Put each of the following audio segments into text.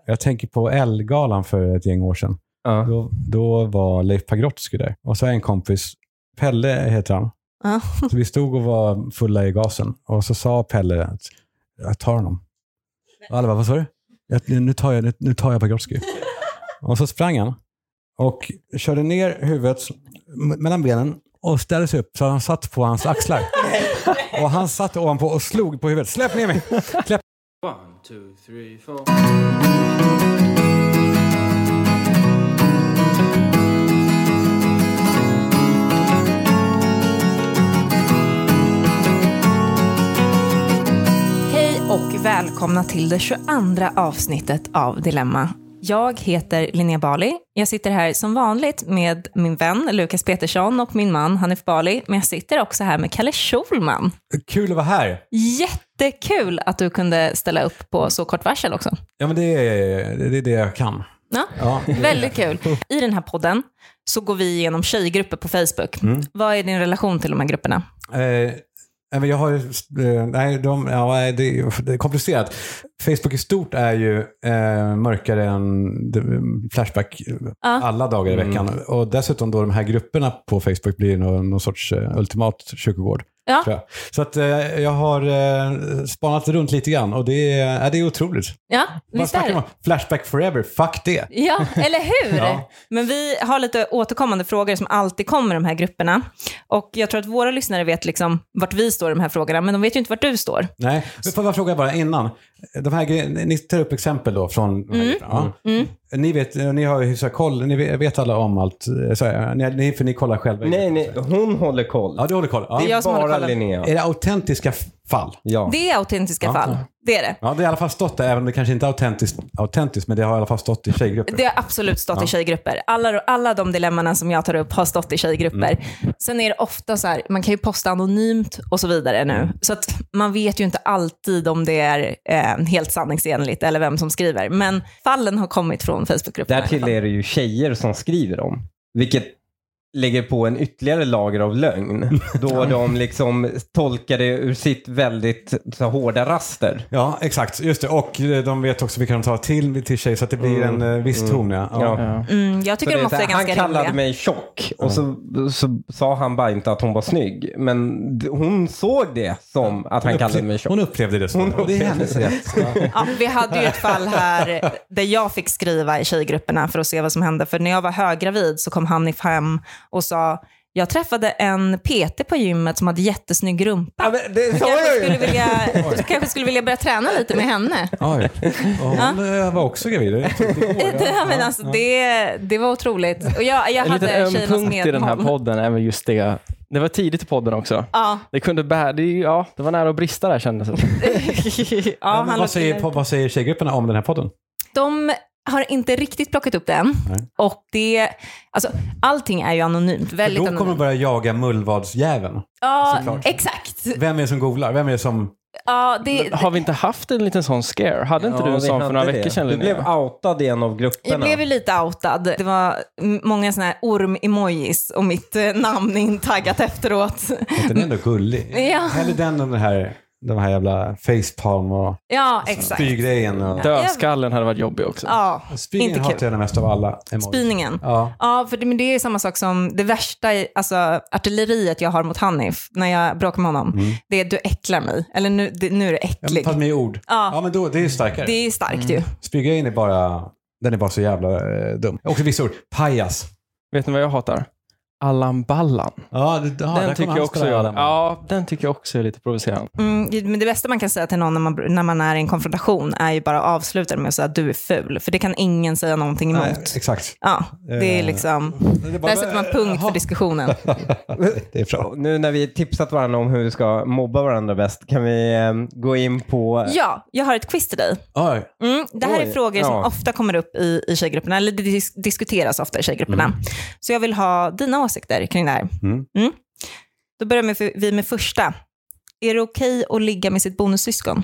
Jag tänker på Elgalan för ett gäng år sedan. Då var Leif Pagrotsky där. Och så en kompis, Pelle heter han. Så vi stod och var fulla i gasen. Och så sa Pelle att jag tar honom. Och alla bara, vad sa du? Nu tar jag Pagrotsky. Och så sprang han. Och körde ner huvudet mellan benen. Och ställde sig upp så han satt på hans axlar. Och han satt ovanpå och slog på huvudet. Släpp ner mig! Släpp! 1, 2, 3, 4. Hej och välkomna till det 22 avsnittet av Dilemma. Jag heter Linnea Bali. Jag sitter här som vanligt med min vän Lukas Petersson och min man Hanif Bali. Men jag sitter också här med Kalle Schulman. Kul att vara här. Jättekul att du kunde ställa upp på så kort varsel också. Ja, men det är det jag kan. Ja, väldigt kul. I den här podden så går vi igenom tjejgrupper på Facebook. Vad är din relation till de här grupperna? Jag har det är komplicerat. Facebook i stort är ju mörkare än Flashback alla dagar i veckan. Och dessutom då de här grupperna på Facebook blir någon sorts ultimat kyrkogård. Ja. Så att jag har spanat runt lite grann och det är otroligt. Ja, visst är det. Flashback forever, fuck det. Ja, eller hur? Ja. Men vi har lite återkommande frågor som alltid kommer i de här grupperna. Och jag tror att våra lyssnare vet liksom vart vi står i de här frågorna, men de vet ju inte vart du står. Nej, vi får bara fråga bara innan. De här, ni tar upp exempel då från de här grupperna. Ni har ju hyfsat koll, ni vet alla om allt. För ni kollar själva. Nej, hon håller koll. Ja, du håller koll. Ja. Det är jag som håller koll. Linnea. Är det autentiska fall? Ja. Det är autentiska fall. Det är det. Ja, det har i alla fall stått där, även om det kanske inte är autentiskt, men det har i alla fall stått i tjejgrupper. Det har absolut stått i tjejgrupper. Alla de dilemmana som jag tar upp har stått i tjejgrupper. Sen är det ofta så här, man kan ju posta anonymt och så vidare nu. Så att man vet ju inte alltid om det är helt sanningsenligt eller vem som skriver. Men fallen har kommit från Facebookgrupperna. Därtill är det ju tjejer som skriver om. Vilket lägger på en ytterligare lager av lögn. Då de liksom tolkar det ur sitt väldigt så hårda raster. Ja, exakt. Just det. Och de vet också vilka de tar till sig så att det blir en viss ton. Jag tycker de ofta är ganska rimliga. Han kallade mig tjock och så sa han bara inte att hon var snygg. Men hon såg det som att han kallade mig tjock. Hon upplevde det så. Det är hennes rätt. Ja, vi hade ju ett fall här där jag fick skriva i tjejgrupperna för att se vad som hände. För när jag var höggravid så kom Hanif hem och sa, jag träffade en PT på gymmet som hade jättesnygg rumpa. Du kanske skulle vilja börja träna lite med henne. Oj. Och hon var också gravid. Det var otroligt. Och jag en hade liten tjejernas punkt i den här podden är väl just det. Det var tidigt i podden också. Ja. Det kunde det var nära att brista där, kändes det. Vad säger tjejgrupperna om den här podden? De har inte riktigt plockat upp den. Nej. Och allting är ju anonymt. Väldigt anonymt. Då kommer börja jaga mullvadsjäveln. Ja, exakt. Vem är som googlar? Vem är som... Har vi inte haft en liten sån scare? Hade inte du en sån för några veckor sedan? Du blev outad i en av grupperna. Jag blev ju lite outad. Det var många såna här orm-emojis och mitt namn intaggat efteråt. Den är ändå gullig. Ja. Eller de här jävla facepalm och spygrejen. Och... Dödskallen hade varit jobbig också. Ja, spyningen hatar jag det mest av alla. Spyningen. Ja, för det är samma sak som det värsta, artilleriet jag har mot Hanif när jag bråkar med honom. Det är du äcklar mig. Eller nu är det äcklig. Ja, fast med ord. Ja, men då, det är ju starkare. Det är starkt ju. Spygrejen är bara så jävla dum. Också vissa ord. Pajas. Vet ni vad jag hatar? Allan Ballan. Den tycker jag också den tycker jag också är lite provocerande. Men det bästa man kan säga till någon när man är i en konfrontation är ju bara avsluta med att säga att du är ful. För det kan ingen säga någonting emot. Nej, exakt. Ja, det är liksom... Där sätter man punkt för diskussionen. Det är bra. Nu när vi tipsat varandra om hur vi ska mobba varandra bäst, kan vi gå in på... Ja, jag har ett quiz till dig. Det här är frågor som ofta kommer upp i tjejgrupperna. Eller det diskuteras ofta i tjejgrupperna. Så jag vill ha dina åsikter kring det här. Då börjar vi med första. Är det okej att ligga med sitt bonussyskon?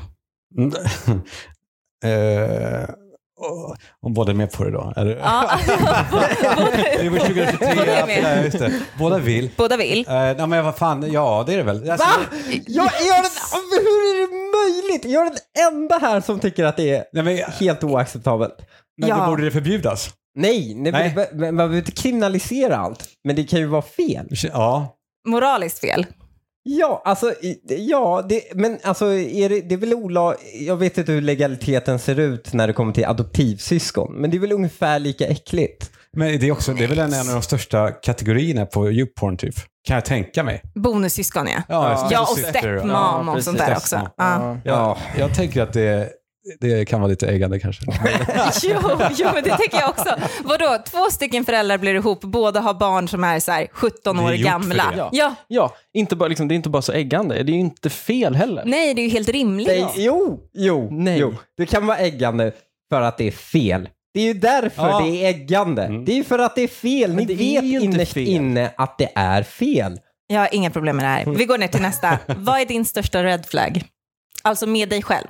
Om båda är med på det då? Eller? Ja. Det är 2023. Just det. Båda vill. Båda vill. Men vad fan, ja det är det väl. Va? Hur är det möjligt? rimligt. Jag är den enda här som tycker att det är helt oacceptabelt. Men då borde det förbjudas. Nej. Man behöver inte kriminalisera allt. Men det kan ju vara fel. Ja. Moraliskt fel. Ja, alltså, men alltså, det är väl jag vet inte hur legaliteten ser ut när det kommer till adoptivsyskon, men det är väl ungefär lika äckligt. Men det är väl en av de största kategorierna på YouPorn typ. Kan jag tänka mig. Bonussyskon, ja. Och stepmom och sånt där också. Jag tänker att det kan vara lite äggande kanske. jo, men det tänker jag också. Vadå, 2 stycken föräldrar blir ihop, båda har barn som är så här 17 år gamla. Ja, inte bara, liksom, det är inte bara så äggande. Det är ju inte fel heller. Nej, det är ju helt rimligt. Jo. Det kan vara äggande för att det är fel. Det är ju därför det är äggande. Det är ju för att det är fel. Ni vet innerst inne att det är fel. Jag har inga problem med det här. Vi går ner till nästa. Vad är din största red flag? Alltså med dig själv.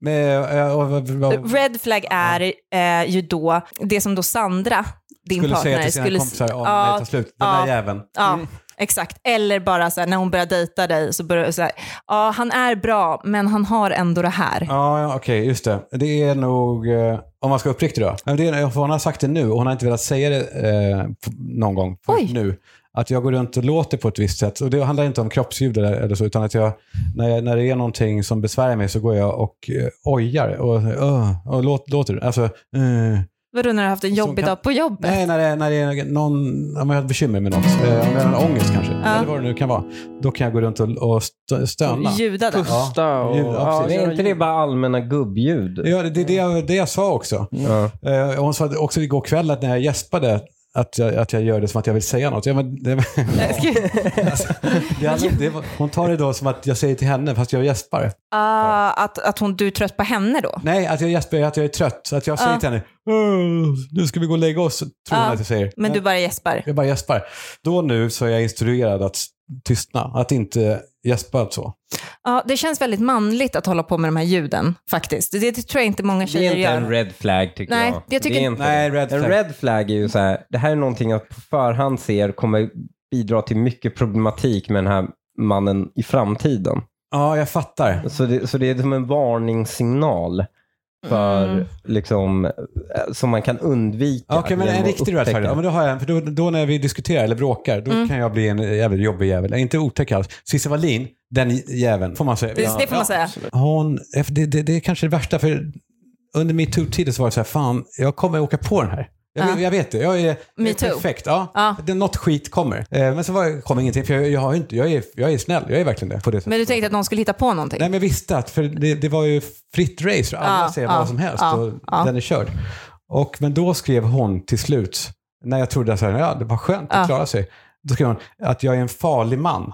Red flag är ju då det som då Sandra, din partner, säga till sina kompisar om det tar slut. Den där jäveln. Ja, exakt. Eller bara så här, när hon börjar dejta dig så börjar så här, han är bra men han har ändå det här. Ja, okej, just det. Det är nog, om man ska uppriktigt då. Hon har sagt det nu och hon har inte velat säga det någon gång nu. Att jag går runt och låter på ett visst sätt. Och det handlar inte om kroppsljud eller så, utan att jag, när det är någonting som besvärar mig så går jag och ojar och låter. Alltså, vadå, när du har haft en jobbig dag på jobbet? Nej, när det är någon, om jag har bekymmer med något, om jag har en ångest kanske, eller vad det nu kan vara, då kan jag gå runt och stöna. Ljuda den. Pusta det är inte det bara allmänna gubbljud? Ja, det är det jag sa också. Hon sa också igår kväll att när jag gäspade att jag gör det som att jag vill säga något. Hon tar det då som att jag säger till henne fast jag gäspar. Du är trött på henne då? Nej, att jag gäspar, att jag är trött. Så att jag säger till henne, nu ska vi gå och lägga oss, tror hon att jag säger. Men du bara gäspar? Jag bara gäspar. Då nu så är jag instruerad att tystna, att inte gäspa så. Ja, det känns väldigt manligt att hålla på med de här ljuden faktiskt. Det tror jag inte många tjejer gör. Det är inte en red flag tycker jag. Jag tycker nej, red flag. En red flag är ju så här, det här är någonting att på förhand ser kommer bidra till mycket problematik med den här mannen i framtiden. Ja, jag fattar. Så det är som en varningssignal för liksom som man kan undvika. Okej, men en riktig red flag. Ja, men då har jag, för då när vi diskuterar eller bråkar, då kan jag bli en jävligt jobbig jävel. Inte otäck alls. Cissi Wallin, den jäveln får man säga. Det får man säga. Det är kanske det värsta, för under MeToo-tiden så var det så här, fan, jag kommer åka på den här. Jag vet det, jag är perfekt. Något skit kommer. Men så kom ingenting, för jag är snäll, jag är verkligen det på det sättet. Men du tänkte att någon skulle hitta på någonting? Nej, men jag visste att, för det var ju fritt race, alla säger vad som helst och den är körd. Men då skrev hon till slut, när jag trodde att det var skönt att klara sig, då skrev hon att jag är en farlig man.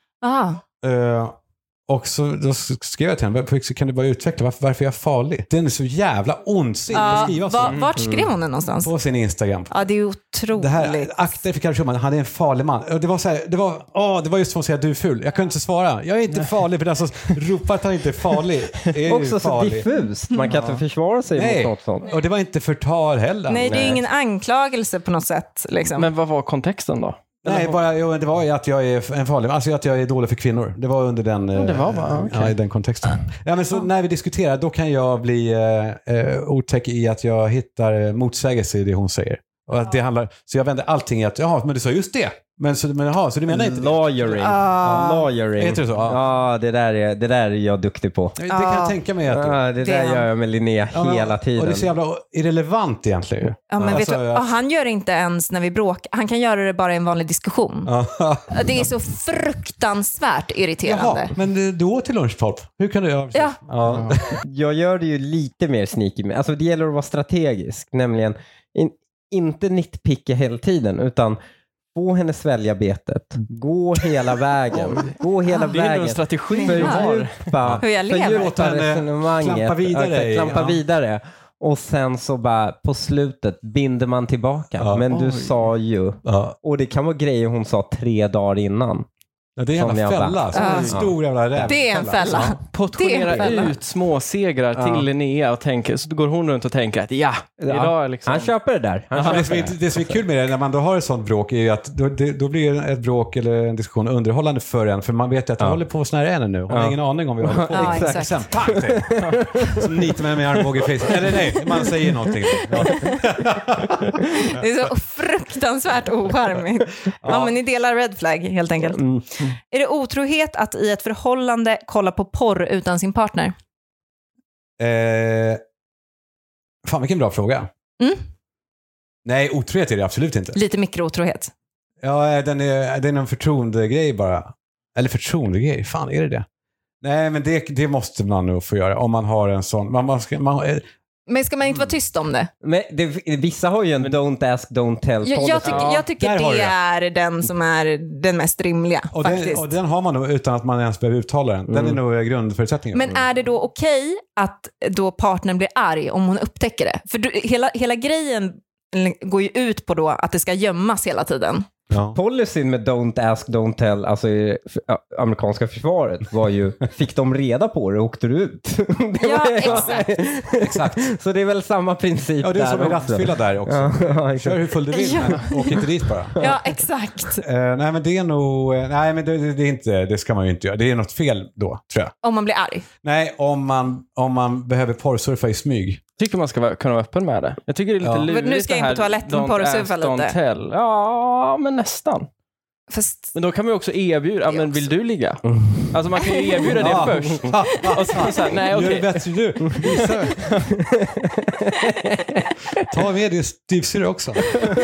Och så då skrev jag till henne, kan du bara utveckla varför jag är farlig? Den är så jävla ondsint att skriva så. Vart skrev hon den någonstans? På sin Instagram. Ja, det är otroligt. Det här, akta dig för Karlsson, han är en farlig man. Det var så här, det var just som att säga du är ful. Jag kunde inte svara. Jag är inte farlig, för den som ropar att han inte är farlig är också farlig. Så diffust. Man kan inte försvara sig mot något sånt. Och det var inte förtal heller. Nej, det är ingen anklagelse på något sätt. Liksom. Men vad var kontexten då? Nej, det var ju att jag är en farlig, alltså att jag är dålig för kvinnor. Det var under den, i den kontexten. Ja, men så när vi diskuterar, då kan jag bli otäck i att jag hittar motsägelse i det hon säger. Och att det handlar, så jag vänder allting i att, men du sa just det. Så du menar inte lawyering. Lawyering. Heter det så? Ja, det där är jag duktig på. Det kan jag tänka mig att det där gör jag med Linnea hela tiden. Och det är så jävla irrelevant egentligen. Ja, men vet du, han gör inte ens när vi bråkar. Han kan göra det bara i en vanlig diskussion. Det är så fruktansvärt irriterande. Jaha, men då till lunchpop. Hur kan du göra? Jag gör det ju lite mer sneaky. Alltså det gäller att vara strategisk. Nämligen inte nitpicka hela tiden, utan få henne svälja betet. Gå hela vägen. Det är en strategi. Hur jag lever. Resonemanget. Klampa vidare. Och sen så bara på slutet binder man tillbaka. Men du sa ju. Och det kan vara grejer hon sa 3 dagar innan. Ja, det är en jävla fälla. En stor jävla räv. Det är en fälla. Portionera ut små segrar till Linnea och tänker, så går hon runt och tänker att idag liksom... Han köper det där. Det som är kul med det när man då har ett sånt bråk är ju att då blir ett bråk eller en diskussion underhållande för en. För man vet ju att det håller på så nära en nu. Hon har ingen aning om vi håller på. Ja, exakt. Sen, som niter med armbåge i face. Eller nej, man säger någonting. Ja. Det är så fruktansvärt ocharmigt. Ja, men ni delar red flag helt enkelt. Är det otrohet att i ett förhållande kolla på porr utan sin partner? Fan, vilken bra fråga. Nej, otrohet är det absolut inte. Lite mikrootrohet. Ja, det är en förtroendegrej bara. Eller förtroendegrej, fan är det? Nej, men det måste man nog få göra om man har en sån... Men ska man inte vara tyst om det? Men vissa har ju en don't ask, don't tell. Jag tycker det är den som är den mest rimliga, faktiskt. Och den har man nog utan att man ens behöver uttala den. Den är nog grundförutsättningen. Men är det då okej att då partnern blir arg om hon upptäcker det? För hela grejen går ju ut på då att det ska gömmas hela tiden. Ja. Policyn med don't ask, don't tell, alltså i amerikanska försvaret var ju, fick de reda på det och åkte du ut. Exakt. Så det är väl samma princip där. Ja, det är som en rattfylla där också. Kör hur full du vill, men åk inte dit bara. Ja, exakt. Nej, men det är nog... Nej, men det är inte... Det ska man ju inte göra. Det är något fel då, tror jag. Om man blir arg? Nej, om man behöver porrsurfa i smyg. Tycker man ska kunna vara öppen med det. Jag tycker det är lite lurigt. Nu ska jag in på toaletten och porrsurfa lite. Ja, men nästan. Men då kan man ju också erbjuda, men vill du ligga? Alltså man kan ju erbjuda det först. Och så här, nej, okej. Gör det bättre du. Visa. Ta med det styvsyra också.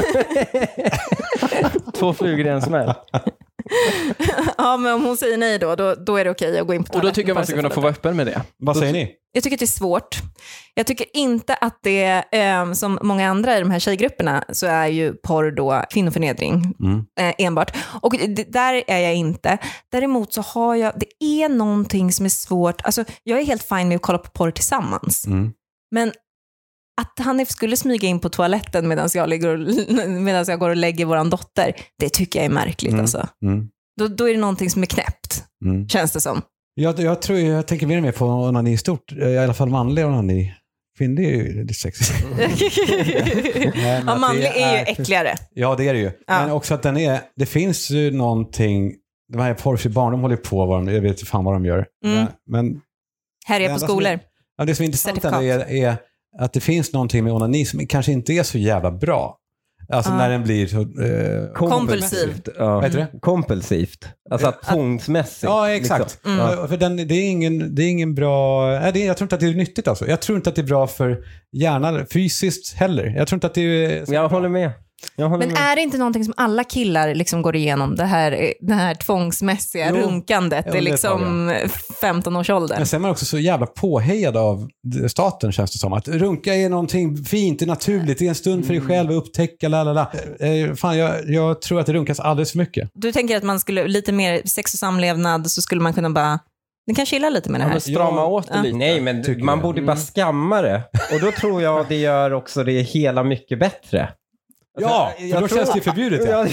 2 flugor i en smäll. Ja, men om hon säger nej då är det okej att gå in på toaletten. Och då tycker jag man ska kunna få vara öppen med det. Vad säger ni? Jag tycker att det är svårt. Jag tycker inte att det, som många andra i de här tjejgrupperna, så är ju porr då kvinnoförnedring enbart. Och där är jag inte. Däremot så har det är någonting som är svårt. Alltså, jag är helt fine med att kolla på porr tillsammans. Men att Hanif skulle smyga in på toaletten medan jag går och lägger våran dotter, det tycker jag är märkligt alltså. Då är det någonting som är knäppt, känns det som. Jag tänker mer på onani stort, i alla fall manlig onani. Kvinnlig är ju lite sexigt. Ja, manlig är ju äckligare. Ja, det är det ju. Ja. Men också att det finns ju någonting, de här porrfri barn, de håller på jag vet inte fan vad de gör. Men här är på skolor. Det som är intressant är att det finns någonting med onani som kanske inte är så jävla bra. Alltså när den blir så... kompulsivt. Vad heter det? Kompulsivt. Alltså tvångsmässigt. Ja, exakt. Liksom. För det är ingen bra... Jag tror inte att det är nyttigt alltså. Jag tror inte att det är bra för hjärnan fysiskt heller. Jag tror inte att det är... Jag håller med. Men är det inte någonting som alla killar liksom går igenom, det här tvångsmässiga runkandet? Det är liksom 15 års ålder. Men sen är man också så jävla påhejad av staten, känns det som. Att runka är någonting fint, det är naturligt, det är en stund för dig själv att upptäcka, Fan, jag tror att det runkas alldeles för mycket. Du tänker att man skulle, lite mer sex och samlevnad, så skulle man kunna bara... Den kan chilla lite med det här. Men strama åt det lite. Nej, men man borde bara skamma det. Och då tror jag det gör också det hela mycket bättre. Ja, för då känns det förbjudet. Jag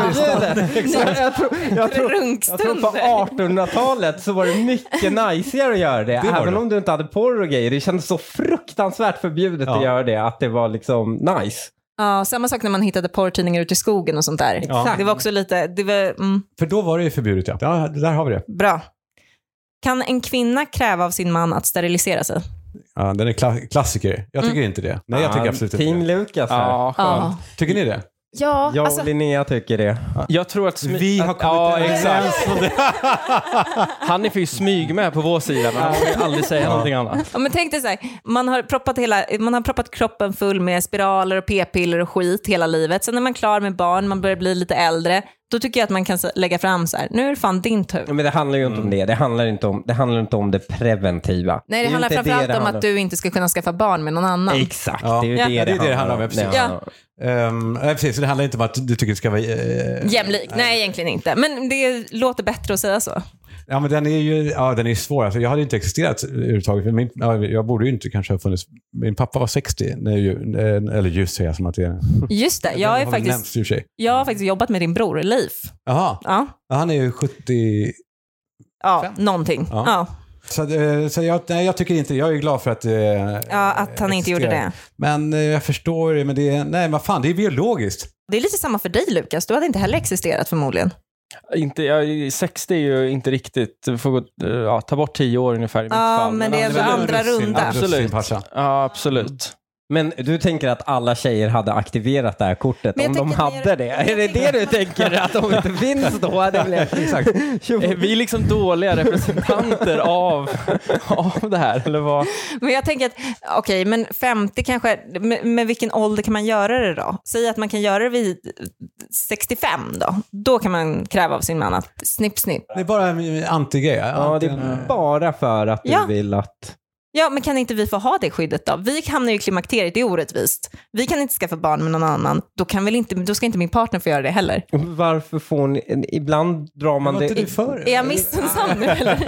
tror på 1800-talet så var det mycket najsigare att göra det. Även om du inte hade porr och grejer. Det kändes så fruktansvärt förbjudet att göra det. Att det var liksom nice. Ja, samma sak när man hittade porrtidningar ute i skogen och sånt där. Exakt. Det var också lite... För då var det ju förbjudet, ja. Där har vi det. Bra. Kan en kvinna kräva av sin man att sterilisera sig? Ja, den är klassiker. Jag tycker inte det. Nej, jag tycker absolut inte det. Team Lukas här. Ja. Tycker ni det? Ja, jag och Linnea tycker det. Jag tror att vi har kommit exakt. Han är för smyg med på vår sida, men han vill aldrig säga någonting annat. Ja, men tänk dig så här, man har proppat kroppen full med spiraler och p-piller och skit hela livet. Sen när man är klar med barn, man börjar bli lite äldre, då tycker jag att man kan lägga fram så här, nu är det fan din tur. Ja, men det handlar ju inte om det. Det handlar inte om det preventiva. Nej, det handlar framförallt om att du inte ska kunna skaffa barn med någon annan. Exakt, det är ju det handlar om. Precis. Ja. Precis, så det handlar inte om att du tycker det ska vara... jämlik. Nej, egentligen inte. Men det låter bättre att säga så. Ja, men den är svår. Alltså, jag hade inte existerat överhuvudtaget. Jag borde ju inte kanske ha funnits... Min pappa var 60. Eller just säga som att det är... Just det. Jag har faktiskt jobbat med din bror, Leif. Jaha. Ja. Han är ju 70... Ja, någonting. Ja. Så jag tycker inte... Jag är glad för att... att han inte gjorde det. Men jag förstår det. Men nej, vad fan, det är biologiskt. Det är lite samma för dig, Lukas. Du hade inte heller existerat förmodligen. 60 är ju inte riktigt. Du får ta bort 10 år ungefär i mitt fall. Men det är väl andra runda. Absolut. Ja, absolut. Men du tänker att alla tjejer hade aktiverat det här kortet om de hade det? Är det du tänker? Att de inte finns då? Exakt. Är vi liksom dåliga representanter av det här? Eller vad? Men jag tänker att, okej, men 50 kanske, med vilken ålder kan man göra det då? Säg att man kan göra det vid 65 då. Då kan man kräva av sin man att snipp. Det är bara en anti-grej. Ja, det är bara för att du vill att... Ja, men kan inte vi få ha det skyddet då? Vi hamnar ju i klimakteriet, det är orättvist. Vi kan inte skaffa barn med någon annan. Då ska inte min partner få göra det heller. Varför får ni... Ibland drar man det... Är jag misstänksam nu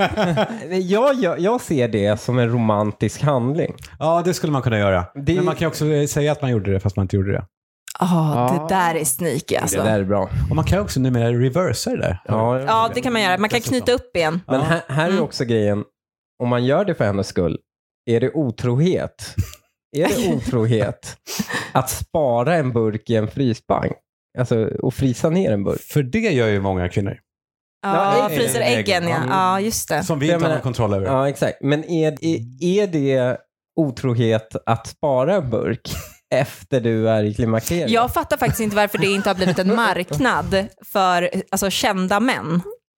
eller? Jag ser det som en romantisk handling. Ja, det skulle man kunna göra. Men man kan också säga att man gjorde det fast man inte gjorde det. Det där är sneaky alltså. Det där är bra. Och man kan också numera reversa det där. Ja, det kan man göra. Man kan knyta upp igen. Men här är också grejen. Om man gör det för hennes skull, är det otrohet? Är det otrohet att spara en burk i en frysbank? Alltså, och frysa ner en burk? För det gör ju många kvinnor. Ja, fryser äggen, ja. Ja, just det. Som vi inte har någon kontroll över. Ja, exakt. Men är det otrohet att spara en burk efter du är i klimakteriet? Jag fattar faktiskt inte varför det inte har blivit en marknad för kända män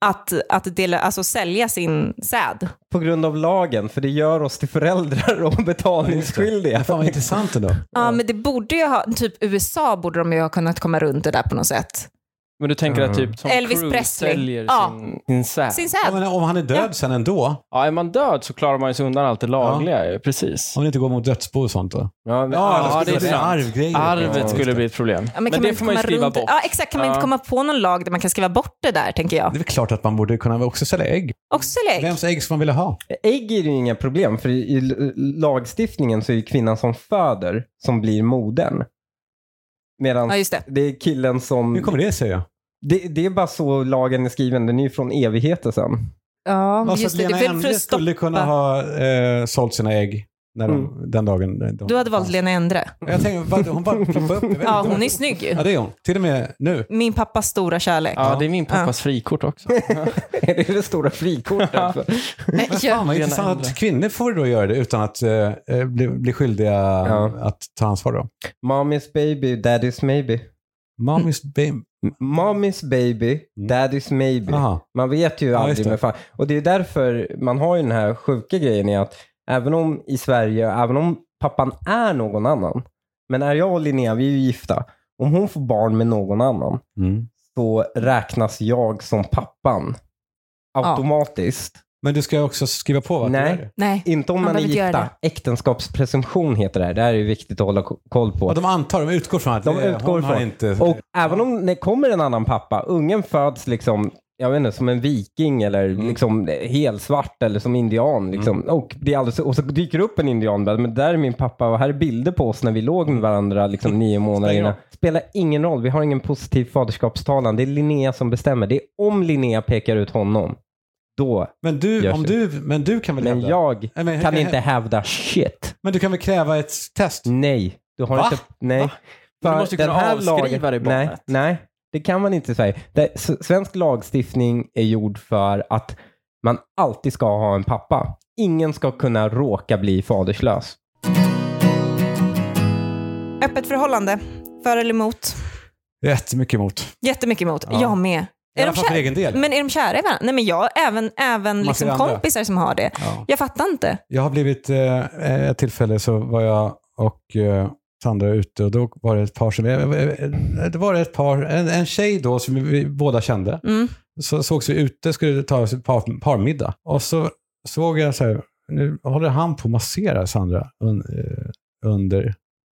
att sälja sin säd. På grund av lagen, för det gör oss till föräldrar och betalningsskyldiga. Det fan vad intressant ändå. Ja, men det borde ju ha, typ USA borde de ju ha kunnat komma runt det där på något sätt. Men du tänker att typ Tom Elvis Cruise Presley säljer sin säd? Sin säd. Ja, men om han är död sen ändå. Ja, är man död så klarar man sig undan allt det lagliga, precis. Om det inte går mot dödsbo och sånt då. Det är sant. Arvet skulle bli ett problem. Ja, men det får man ju skriva bort. Ja, exakt. Kan man inte komma på någon lag där man kan skriva bort det där, tänker jag. Det är väl klart att man borde kunna också sälja ägg. Vems ägg ska man vilja ha? Ägg är ju inga problem, för i lagstiftningen så är det kvinnan som föder som blir modern. Medan det är killen som... Hur kommer det sig, ja? Det är bara så lagen är skriven. Den är ju från evigheter sedan. Ja, alltså, just det. Lena Endre skulle kunna ha sålt sina ägg när den dagen. Du hade valt Lena Endre. Jag tänkte, hon bara ploppade upp det. Ja, hon är snygg ju. Ja, det är hon. Till och med nu. Min pappas stora kärlek. Ja, det är min pappas frikort också. Är det stora frikortet? Men fan, vad intressant att kvinnor får då göra det utan att bli skyldiga att ta ansvar då. Mommy's baby, daddy's maybe. Mommy's baby, daddy's maybe. Aha. Man vet ju aldrig med fan. Och det är därför man har ju den här sjuka grejen i att även om i Sverige, även om pappan är någon annan, men är jag och Linnea, vi är ju gifta, om hon får barn med någon annan så räknas jag som pappan automatiskt. Men du ska också skriva på vad Nej, inte om man är gifta. Äktenskapspresumtion heter det. Det här är ju viktigt att hålla koll på. Och de utgår från att hon har inte... Och även om det kommer en annan pappa, ungen föds liksom, jag vet inte, som en viking eller liksom helt svart eller som indian liksom. Och det är alldeles, och så dyker upp en indian, men där är min pappa och här är bilder på oss när vi låg med varandra liksom 9 månader innan. Spelar ingen roll, vi har ingen positiv faderskapstalan. Det är Linnea som bestämmer. Det är om Linnea pekar ut honom. Då men du kan väl men hävda? Jag kan inte hävda shit. Men du kan väl kräva ett test? Nej. Du har inte... Nej. För du måste kunna avskriva det barnet. Nej, det kan man inte säga. Svensk lagstiftning är gjord för att man alltid ska ha en pappa. Ingen ska kunna råka bli faderslös. Öppet förhållande. För eller emot? Jättemycket emot. Ja. Jag med. I alla fall för egen del. Men är de kära i varandra? Nej, men jag även liksom kompisar som har det. Ja. Jag fattar inte. Jag har blivit ett tillfälle så var jag och Sandra ute och då var det ett par som en tjej då som vi båda kände. Så sågs vi ute, skulle ta oss ett parmiddag. Och så såg jag så här, nu håller han på att massera Sandra under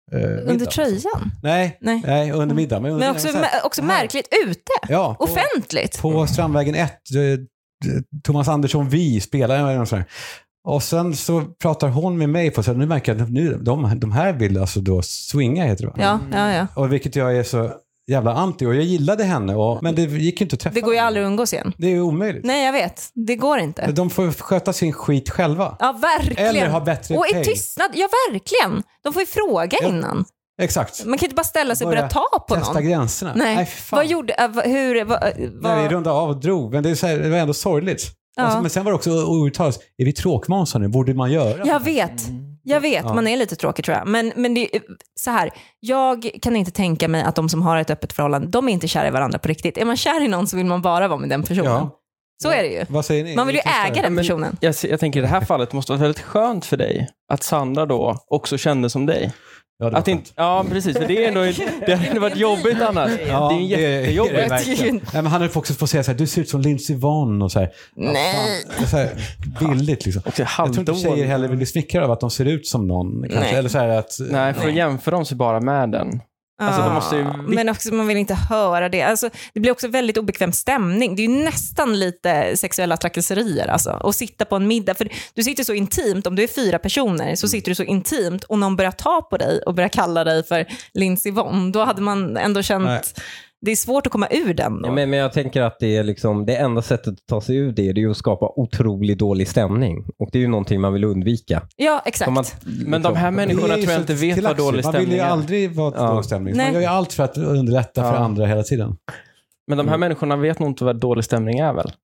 Under tröjan? Nej, under middag. Men också märkligt ute. Ja, offentligt. På Strandvägen 1. Thomas Andersson, vi spelar. Och sen så pratar hon med mig på så nu märker jag att de här vill alltså då swinga, heter det va? Ja. Och vilket jag är så jävla anti, och jag gillade henne, men det gick inte att träffa. Det går ju aldrig att umgås igen. Det är omöjligt. Nej, jag vet. Det går inte. De får sköta sin skit själva. Ja, verkligen. Eller ha bättre och i tystnad. Ja, verkligen. De får ju fråga innan. Exakt. Man kan inte bara ställa sig och börja ta på någon. Testa gränserna. Nej. Vad gjorde... Nej, vi rundade av och drog, men det var ändå sorgligt. Ja. Men sen var det också outtalat. Är vi tråkmånsar nu? Borde man göra? Jag vet, man är lite tråkig tror jag. Men det är så här, jag kan inte tänka mig att de som har ett öppet förhållande, de är inte kära i varandra på riktigt. Är man kär i någon så vill man bara vara med den personen. Ja. Så är det ju. Vad säger ni? Man vill ju äga den personen. Jag tänker i det här fallet måste vara väldigt skönt för dig att Sandra då också kände som dig. Ja, precis. För det är ändå det hade varit jobbigt annars. Ja, det är jättejobbigt. Men han hade också fått säga så här, du ser ut som Lindsey Vonn och så här. Nej. Så här, billigt liksom. Jag tror inte tjejer heller vill bli smickrade av att de ser ut som någon. Kanske. Nej. Eller så här att... Nej, för att jämföra dem sig bara med den. Alltså, men också man vill inte höra det. Alltså, det blir också väldigt obekväm stämning. Det är ju nästan lite sexuella trakasserier alltså. Och sitta på en middag. För du sitter så intimt, om du är 4 personer så sitter du så intimt och någon börjar ta på dig och börjar kalla dig för Lindsey Vonn. Då hade man ändå känt... Nej. Det är svårt att komma ur den då. Men jag tänker att det är liksom, det enda sättet att ta sig ur det är ju att skapa otroligt dålig stämning. Och det är ju någonting man vill undvika. Ja, exakt. Men de här människorna tror jag inte vet vad dålig stämning är. Man vill ju aldrig vara dålig stämning. Man gör ju allt för att underlätta för andra hela tiden. Men de här människorna vet nog inte vad dålig stämning är väl?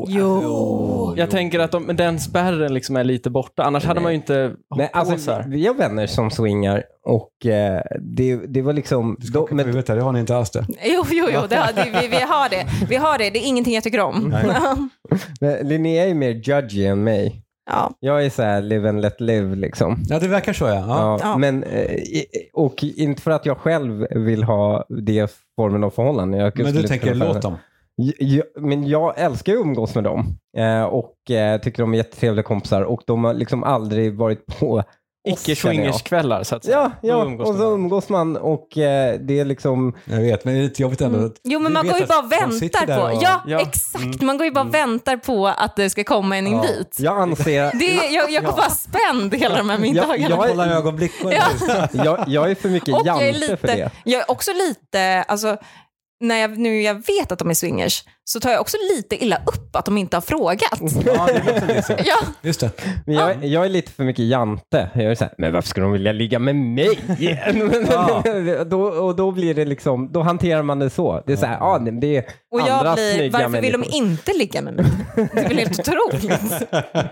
Jo. Jag tänker att den spärren liksom är lite borta. Annars hade man ju inte... Men alltså, vi har vänner som swingar och det var liksom... Men vet det har ni inte alls det. Jo, vi har det. Vi har det. Det är ingenting jag tycker om. Men Linnea är mer judgy än mig. Ja. Jag är så här live and let live liksom. Ja, det verkar så ja. Men och inte för att jag själv vill ha det formen av förhållanden. Men du tänker låt dem. Men jag älskar ju att umgås med dem och tycker de är jättetrevliga kompisar och de har liksom aldrig varit på icke-swingerskvällar så att säga. Ja, och så umgås man och det är liksom... Jag vet, men det är lite jobbigt ändå. Jo, men man går ju bara och väntar på... Ja, exakt. Man går ju bara och väntar på att det ska komma en invit. Jag anser... Jag går bara spänd hela de här middagarna. Jag håller ögonblick. Jag är för mycket och jante för det. Jag är också lite... Alltså, när jag vet att de är swingers så tar jag också lite illa upp att de inte har frågat. Ja, det är ja. Just det. Men jag är lite för mycket jante. Jag är så här, men varför ska de vilja ligga med mig? Då blir det liksom, då hanterar man det så. Det är så här, det är och andra jag blir, snygga varför människor. vill de inte ligga med mig? Det är väl helt otroligt.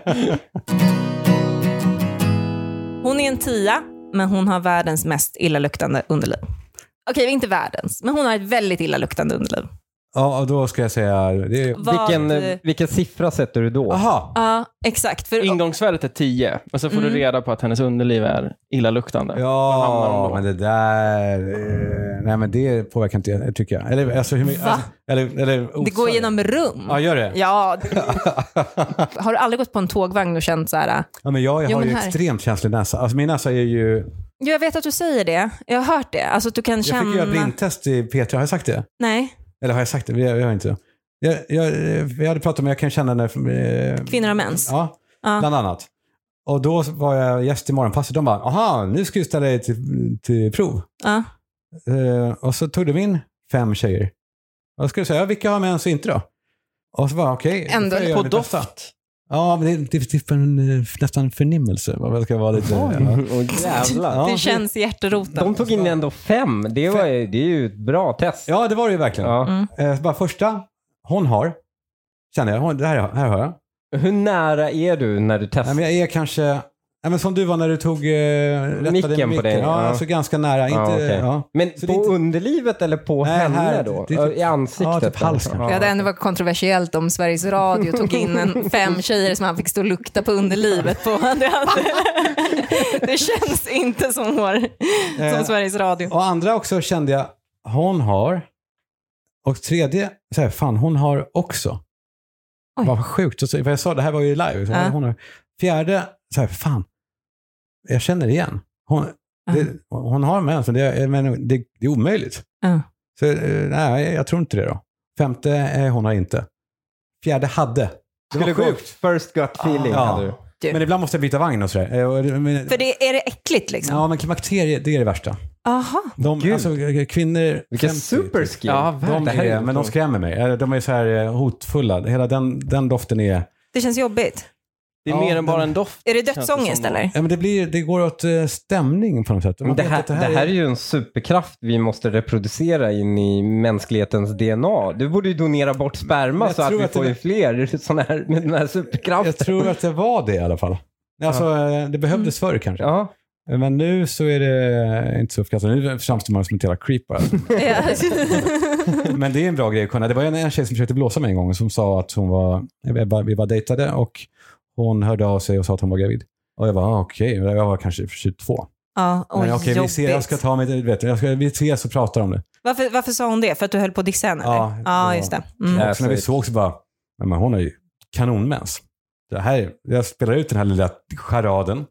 Hon är en 10, men hon har världens mest illaluktande underliv. Okej, inte världens, men hon har ett väldigt illaluktande underliv. Ja, och då ska jag säga... Vilken siffra sätter du då? Aha. Ja, exakt. För ingångsvärdet är 10, och så får du reda på att hennes underliv är illaluktande. Ja, men det där... nej, men det påverkar inte jag, tycker jag. Eller, alltså, hur mycket, eller det går genom rum. Ja, gör det? Ja. Har du aldrig gått på en tågvagn och känt så här... Ja, men jag har ju extremt känslig näsa. Alltså, min näsa är ju... Jag vet att du säger det. Jag har hört det. Alltså, du kan känna... Jag fick göra blindtest i P3. Har jag sagt det? Nej. Eller har jag sagt det? Jag har inte det. Jag hade pratat med, jag kan känna när... Kvinnor har mens. Ja, bland annat. Och då var jag gäst i morgonpasset. De bara, aha, nu ska du ställa dig till prov. Ja. Och så tog de in 5 tjejer. Och då skulle jag säga, vilka har mens och inte då? Och så var okej. Ändå på doft. Ja, men det är nästan en förnimmelse. Vad ska vara lite... jävlar. Det känns hjärteroten. De tog in ändå 5. Det är ju ett bra test. Ja, det var det ju verkligen. Ja. Bara första, hon har. Känner jag, det här har jag. Hur nära är du när du testar? Ja, men jag är kanske... Ja, men som du var när du tog micken på dig. Ja, alltså ganska nära. Inte, okay. Men så på underlivet eller på henne här, då? Typ, i ansiktet? Ja, typ halsen. Det hade ändå varit kontroversiellt om Sveriges Radio tog in 5 tjejer som han fick stå och lukta på underlivet på. Det känns inte som som Sveriges Radio. Och andra också kände jag, hon har. Och tredje, så här, fan, hon har också. Oj. Vad sjukt. För jag sa, det här var ju live. Så hon har. Fjärde, så här, fan. Jag känner igen. Hon har mens, men det är omöjligt. Så nej, jag tror inte det då. 5:e hon har inte. 4:e hade. Det var sjukt. First gut feeling hade du. Men ibland måste jag byta vagn och sådär. För är det äckligt liksom? Ja, men klimakterier, det är det värsta. Aha. Alltså, kvinnor... Vilken superskill. Ja, men de skrämmer mig. De är så här hotfulla. Hela den doften är... Det känns jobbigt. Det är mer än bara en doft. Är det dödsångest eller? Ja, men det går åt stämning på något sätt. Men det här är ju en superkraft vi måste reproducera in i mänsklighetens DNA. Du borde ju donera bort sperma så att vi får ju fler sådana här med den här superkraften. Jag tror att det var det i alla fall. Alltså, det behövdes förr kanske. Ja. Men nu så är det inte så uppskattat. Nu framstår man som ett jävla creep bara. Men det är en bra grej att kunna. Det var en tjej som försökte blåsa mig en gång som sa att vi var dejtade och hon hörde av sig och sa att hon var gravid. Och jag var okej. Jag var kanske 22. Ja, men okej, vi ser, jag ska ta mig, vi ses och pratar om det. Varför sa hon det? För att du höll på att dissa henne? Ja, just det. Och så när vi såg så bara, men hon har ju kanonmens. Jag spelar ut den här lilla charaden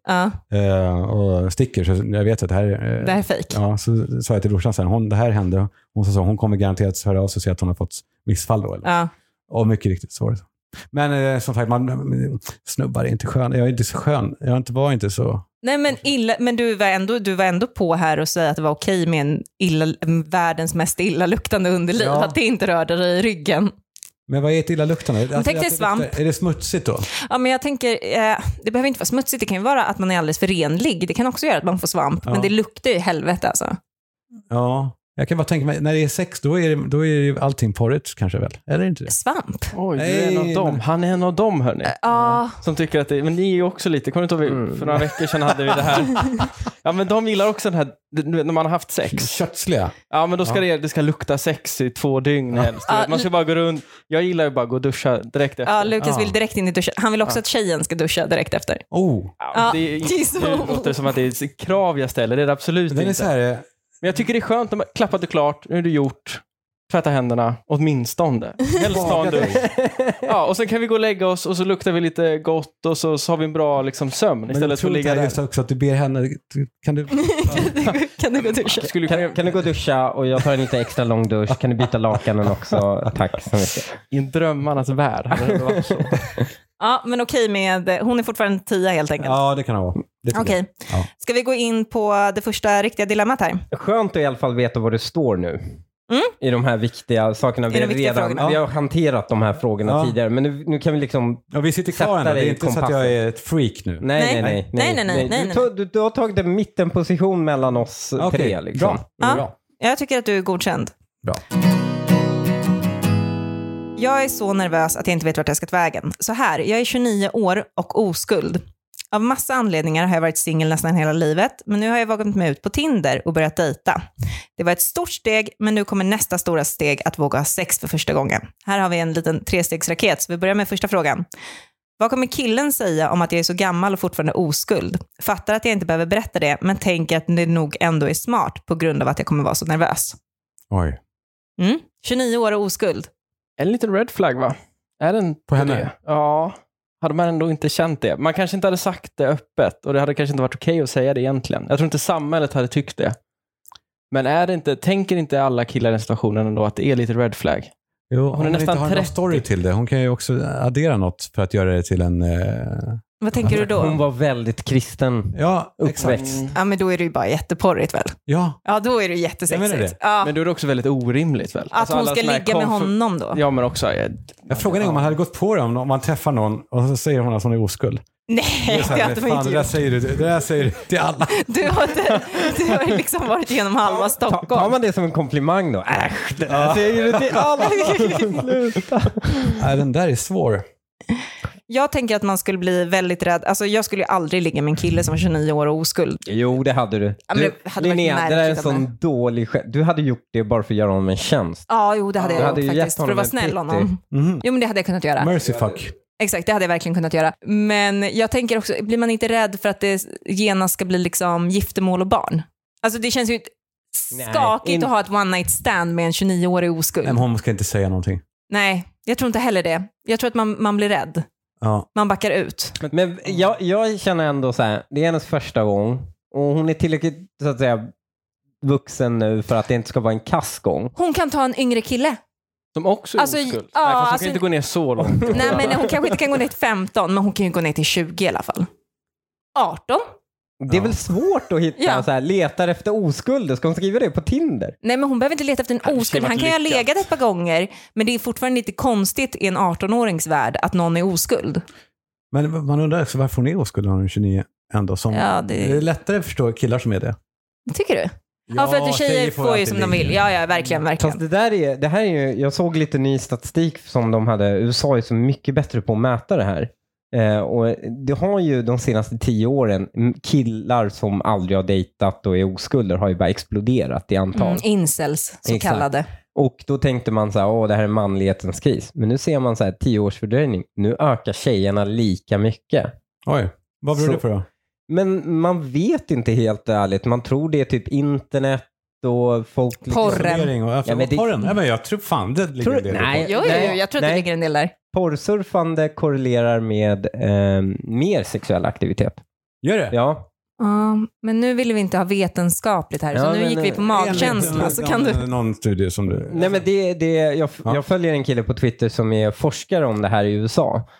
och sticker, så jag vet att det här är fake. Ja, så sa jag till brorsan sen, det här hände. Hon sa så, hon kommer garanterat höra av sig och säga att hon har fått missfall då. Eller? Ja. Och mycket riktigt så var det. Men som sagt, snubbar är inte skön. Jag är inte så skön. Jag var inte så... Nej, men du var ändå på här och säga att det var okej med världens mest illaluktande underliv. Ja. Att det inte rörde dig i ryggen. Men vad är ett illaluktande? Jag tänkte svamp. Är det smutsigt då? Ja, men jag tänker, det behöver inte vara smutsigt. Det kan ju vara att man är alldeles för renlig. Det kan också göra att man får svamp. Ja. Men det luktar ju helvete alltså. Ja. Jag kan bara tänka mig, när det är sex, då är ju allting porrigt kanske väl? Eller inte det? Svamp? Oj, du är en av dem. Han är en av dem, hörni. Som tycker att men ni är ju också lite, kommer du inte ihåg, för några veckor sedan hade vi det här. Ja, men de gillar också den här, när man har haft sex. Kötsliga. Ja, men då ska det ska lukta sex i 2 dygn helst. Man ska bara gå runt. Jag gillar ju bara att gå och duscha direkt efter. Ja, Lukas vill direkt in i duschen. Han vill också att tjejen ska duscha direkt efter. Det låter som att det är ett krav jag ställer. Det är det absolut inte. Är så här... Men jag tycker det är skönt att klappat det klart. Nu är det gjort. Tvätta händerna åtminstone. Helst ta en dusch. Ja, och sen kan vi gå och lägga oss och så luktar vi lite gott och så har vi en bra liksom, sömn istället för att ligga där. Just också att du ber henne, kan du gå och duscha? Kan du gå och duscha och jag tar en lite extra lång dusch. Kan du byta lakanen också? Tack så mycket. I en drömmarnas värld. Ja, men okej med, hon är fortfarande 10 helt enkelt. Ja, det kan det vara. Okej. Ja. Ska vi gå in på det första riktiga dilemmat här? Skönt att i alla fall veta var du står nu. I de här viktiga sakerna. Vi har hanterat de här frågorna tidigare. Men nu kan vi liksom... Ja, vi sitter kvar ändå. Det är inte så att jag är ett freak nu. Nej. Du har tagit en mittenposition mellan oss tre. Liksom. Bra. Jag tycker att du är godkänd. Bra. Jag är så nervös att jag inte vet vart jag ska ta vägen. Så här, jag är 29 år och oskuld. Av massa anledningar har jag varit singel nästan hela livet, men nu har jag vågat mig ut på Tinder och börjat dejta. Det var ett stort steg, men nu kommer nästa stora steg att våga ha sex för första gången. Här har vi en liten 3-stegsraket, så vi börjar med första frågan. Vad kommer killen säga om att jag är så gammal och fortfarande oskuld? Fattar att jag inte behöver berätta det, men tänker att det nog ändå är smart på grund av att jag kommer vara så nervös. Oj. 29 år och oskuld. En liten red flag, va? Är den på henne? Det? Ja. Hade man ändå inte känt det. Man kanske inte hade sagt det öppet. Och det hade kanske inte varit okej att säga det egentligen. Jag tror inte samhället hade tyckt det. Men tänker inte alla killar i den situationen ändå att det är lite red flag? Jo, hon är nästan inte har 30. En story till det. Hon kan ju också addera något för att göra det till en... Vad tänker du då? Hon var väldigt kristen. Ja, exakt. Ja, men då är det ju bara jätteporrigt väl? Ja. Ja, då är det jättesexigt. Ja. Men då är det också väldigt orimligt väl? Att hon ska ligga med honom då? Ja, men också... Jag frågade om man hade gått på det om man träffar någon och så säger hon att hon är oskuld. Nej, det hade man inte gjort. Det där säger du till alla. Du har liksom varit genom halva Stockholm. Tar man det som en komplimang då? Det där säger du till alla. Sluta. Nej, den där är svår. Jag tänker att man skulle bli väldigt rädd. Alltså jag skulle ju aldrig ligga med en kille som var 29 år och oskuld. Jo, det hade du. Linnea, det är en sån dålig... Du hade gjort det bara för att göra honom en tjänst. Ja, jo, det hade jag gjort faktiskt. För att vara snäll honom. Jo, men det hade jag kunnat göra. Mercy fuck. Exakt, det hade jag verkligen kunnat göra. Men jag tänker också, blir man inte rädd för att det genast ska bli liksom giftermål och barn? Alltså det känns ju skakigt att ha ett one night stand med en 29-årig oskuld. Men hon ska inte säga någonting. Nej, jag tror inte heller det. Jag tror att man blir rädd. Ja. Man backar ut. Men jag känner ändå så här, det är hennes första gång. Och hon är tillräckligt, så att säga, vuxen nu för att det inte ska vara en kassgång. Hon kan ta en yngre kille. Som också är oskuld. Nej, fast hon kan inte gå ner så långt. Nej, men hon kanske inte kan gå ner till 15, men hon kan ju gå ner till 20 i alla fall. 18? Det är väl svårt att hitta så här, letar efter oskulder. Ska hon skriva det på Tinder? Nej, men hon behöver inte leta efter en oskuld. Han kan ju ha legat ett par gånger, men det är fortfarande lite konstigt i en 18-årings värld att någon är oskuld. Men man undrar också varför hon är oskuld när hon är 29 ändå. Det är lättare att förstå killar som är det. Tycker du? Ja, för att tjejer får ju som de vill. Ja, verkligen. Fast det här är ju, jag såg lite ny statistik som de hade. USA är så mycket bättre på att mäta det här. Och det har ju de senaste 10 åren killar som aldrig har dejtat och är oskulder har ju bara exploderat i antal. Incels, så kallade. Och då tänkte man så här, det här är manlighetens kris. Men nu ser man så här 10 års fördröjning. Nu ökar tjejerna lika mycket. Oj, vad beror det på då? Men man vet inte helt ärligt. Man tror det är typ internet och folk... Porren. Porren? Ja, men jag tror fan det ligger en del. Jag tror att det ligger en del där. Porrsurfande korrelerar med mer sexuell aktivitet. Gör det? Ja. Men nu vill vi inte ha vetenskapligt här. Så nu gick vi på magkänsla. Så kan du... Någon studie som du... Nej, men jag följer en kille på Twitter som är forskare om det här i USA.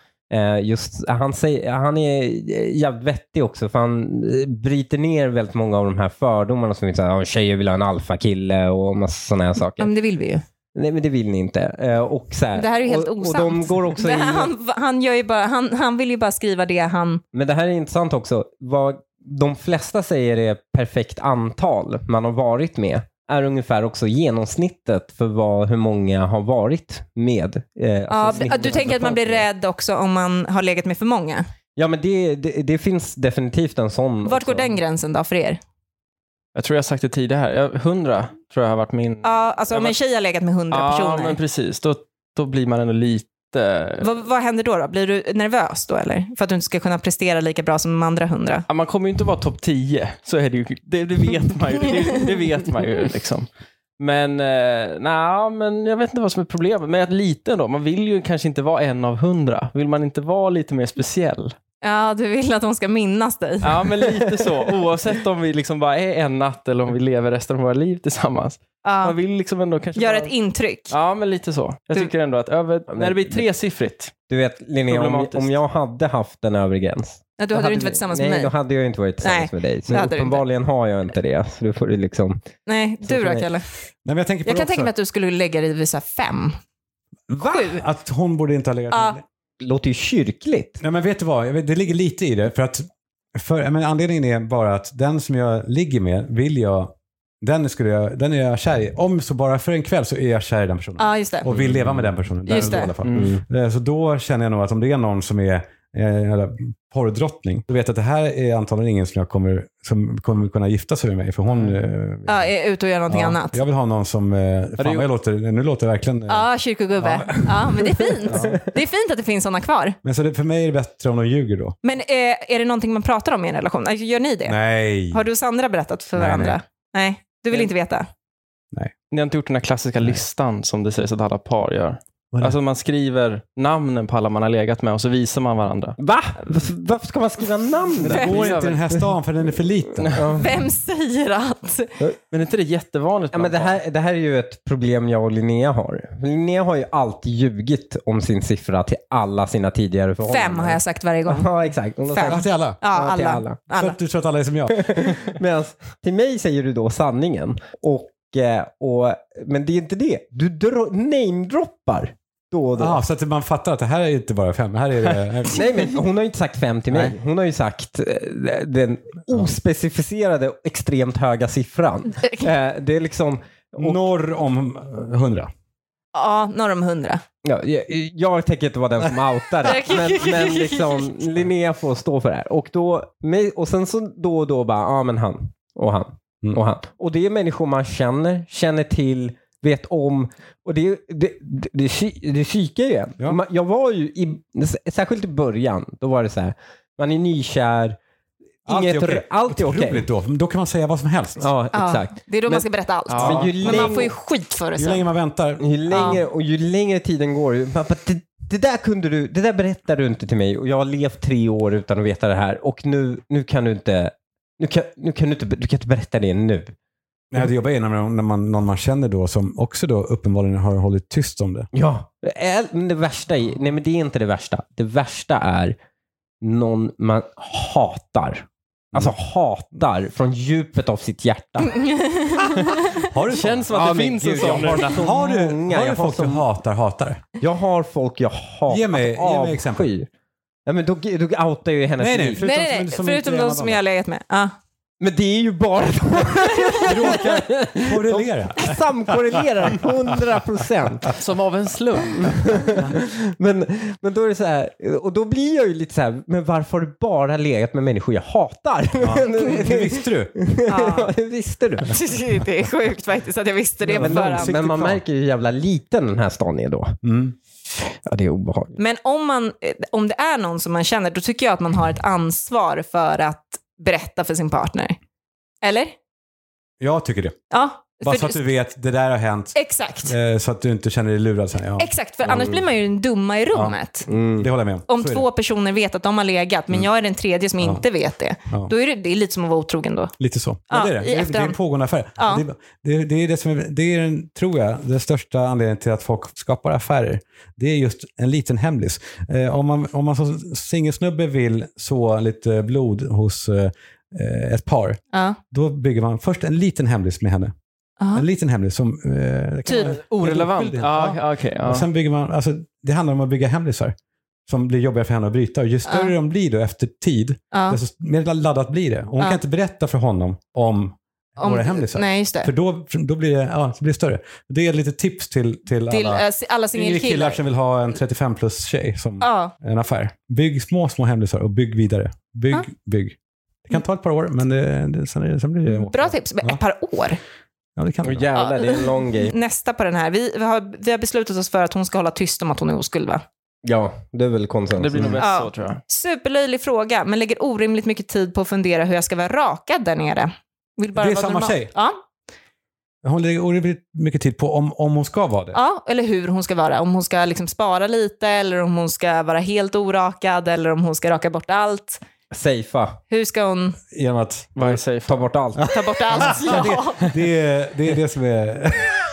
Han är jävligt vettig också, för han bryter ner väldigt många av de här fördomarna som vi säger, tjejer vill ha en alfakille och massa sådana här saker. Men det vill vi ju. Nej, men det vill ni inte. Och så här, det här är ju helt osant. Och de går också han gör ju bara, han vill ju bara skriva det han... Men det här är intressant också. Vad de flesta säger är perfekt antal man har varit med är ungefär också genomsnittet för hur många har varit med. Du tänker att man blir rädd också om man har legat med för många? Ja, men det finns definitivt en sån. Vart går den gränsen då för er? Jag tror jag har sagt det tidigare. 100 tror jag har varit min... Ja, alltså om en tjej har legat med 100 personer. Ja, men precis. Då blir man ändå lite... Vad händer då? Blir du nervös då, eller? För att du inte ska kunna prestera lika bra som de andra 100? Ja, man kommer ju inte vara topp 10. Så är det ju. Det vet man ju. Det vet man ju liksom. Men, men jag vet inte vad som är problemet. Men att lite då. Man vill ju kanske inte vara en av 100. Vill man inte vara lite mer speciell? Ja, du vill att de ska minnas dig. Ja, men lite så. Oavsett om vi liksom bara är en natt eller om vi lever resten av våra liv tillsammans. Man vill liksom ändå kanske... Gör ett intryck. Ja, men lite så. Jag tycker ändå att när det blir 3-siffrigt. Du vet, Linnea, om jag hade haft en övre gräns. Ja, då hade du inte varit tillsammans med mig. Nej, då hade jag inte varit tillsammans med dig. Så uppenbarligen har jag inte det. Så då får du liksom... Nej, du då, Kalle? Nej, jag kan tänka mig att du skulle lägga dig vid 5. Va? 7. Att hon borde inte ha legat... Det låter ju kyrkligt. Nej, men vet du vad? Det ligger lite i det. Men anledningen är bara att den som jag ligger med den är jag kär i. Om så bara för en kväll så är jag kär i den personen. Ja, just det. Och vill leva med den personen. Just det. I alla fall. Så då känner jag nog att om det är någon som är porrdrottning, då vet jag att det här är antagligen ingen som kommer kunna gifta sig med mig, för hon är ute och gör någonting annat. Jag vill ha någon som nu låter verkligen kyrkogubbe. Ja, men det är fint. Det är fint att det finns såna kvar. Men så för mig är det bättre om de ljuger då. Men är det någonting man pratar om i en relation? Alltså, gör ni det? Nej. Har du och Sandra berättat för varandra? Nej. Du vill inte veta? Nej. Ni har inte gjort den här klassiska listan som det sägs att alla par gör. Alltså man skriver namnen på alla man har legat med och så visar man varandra. Va? Varför ska man skriva namn? Det går inte i den här stan för den är för liten. Vem säger att? Men är inte det jättevanligt? Ja, men det här är ju ett problem jag och Linnea har. Linnea har ju alltid ljugit om sin siffra till alla sina tidigare förhållanden. 5 har jag sagt varje gång. Ja, exakt. 5 till alla? Ja, alla. Så att du tror att alla är som jag. Medan till mig säger du då sanningen. Men det är inte det. Du namedroppar. Då. Så att man fattar att det här är inte bara 5. Här är det... Nej, men hon har ju inte sagt 5 till mig. Hon har ju sagt den ospecificerade extremt höga siffran. Det är liksom... Norr om 100. Ja, norr om 100. Ja, jag tänker inte vara den som outar det. men liksom Linnea får stå för det här. Och sen så då och då bara, men han och han och han. Och det är människor man känner till, vet om, och det kikar ju. Ja. Jag var ju särskilt i början, då var det så här, man är nykär, allt är okej. Då kan man säga vad som helst. Ja, exakt. Det är då man ska berätta allt. Ja. Men man får ju skit för det sen. Ju längre man väntar. Ju längre tiden går, det där berättar du inte till mig, och jag har levt 3 år utan att veta det här, och nu kan du inte Du kan inte berätta det nu. Nej, det jobbar när någon man känner då som också då uppenbarligen har hållit tyst om det. Ja, det värsta nej men det är inte det värsta. Det värsta är någon man hatar. Alltså hatar från djupet av sitt hjärta. Har du känns som att det finns en sån. Har du folk som hatar? Jag har folk jag hatar. Ge mig exempel. Ja, men då outar ju hennes liv. Förutom de som jag har legat med. Men det är ju bara korrelera. Samkorrelerar 100%. Som av en slump. men då är det så här, och då blir jag ju lite så här, men varför har du bara legat med människor jag hatar? Ja. Det visste du. Ja, det visste du. Det är sjukt faktiskt att jag visste det på förhand. Men man märker ju hur jävla liten den här stan är då. Ja, det är obehagligt. Men om det är någon som man känner, då tycker jag att man har ett ansvar för att berätta för sin partner. Eller? Jag tycker det. Ja. Bara så att du vet, det där har hänt. Exakt. Så att du inte känner dig lurad sen. Ja. Exakt, för annars blir man ju den dumma i rummet. Ja. Det håller jag med om. Två personer vet att de har legat, men jag är den tredje som inte vet det. Ja. Då är det är lite som att vara otrogen då. Lite så. Ja, det är det. Det är en pågående affär. Ja. Det är det som det är tror jag, den största anledningen till att folk skapar affärer. Det är just en liten hemlis. Om man som singelsnubbe vill så lite blod hos ett par, då bygger man först en liten hemlis med henne. En liten hemlis som typ orelevant. Och sen bygger man, alltså det handlar om att bygga hemlisar som blir jobbiga för henne att bryta, och ju större de blir då efter tid, desto mer laddat blir det. Och hon kan inte berätta för honom om våra hemlisar. Nej, just det. För då blir det, så blir det större. Det är lite tips till alla singelkillar som vill ha en 35 plus tjej som en affär. Bygg små hemlisar och bygg vidare. Bygg. Det kan ta ett par år, men sen blir det... Bra tips. Ett par år? Ja, det kan det. Jävlar, det är en lång grej. Nästa på den här. Vi har beslutat oss för att hon ska hålla tyst om att hon är oskuld, va? Ja, det är väl konsensus. Det blir nog mest så, tror jag. Superlöjlig fråga, men lägger orimligt mycket tid på att fundera hur jag ska vara rakad där nere. Vill bara det är vara samma normal. tjej. Ja. Hon lägger orimligt mycket tid på om hon ska vara det. Ja, eller hur hon ska vara. Om hon ska liksom spara lite, eller om hon ska vara helt orakad, eller om hon ska raka bort allt. Safea. Hur ska hon... Genom att ta bort allt. Ta bort allt, ja. Det är det som är...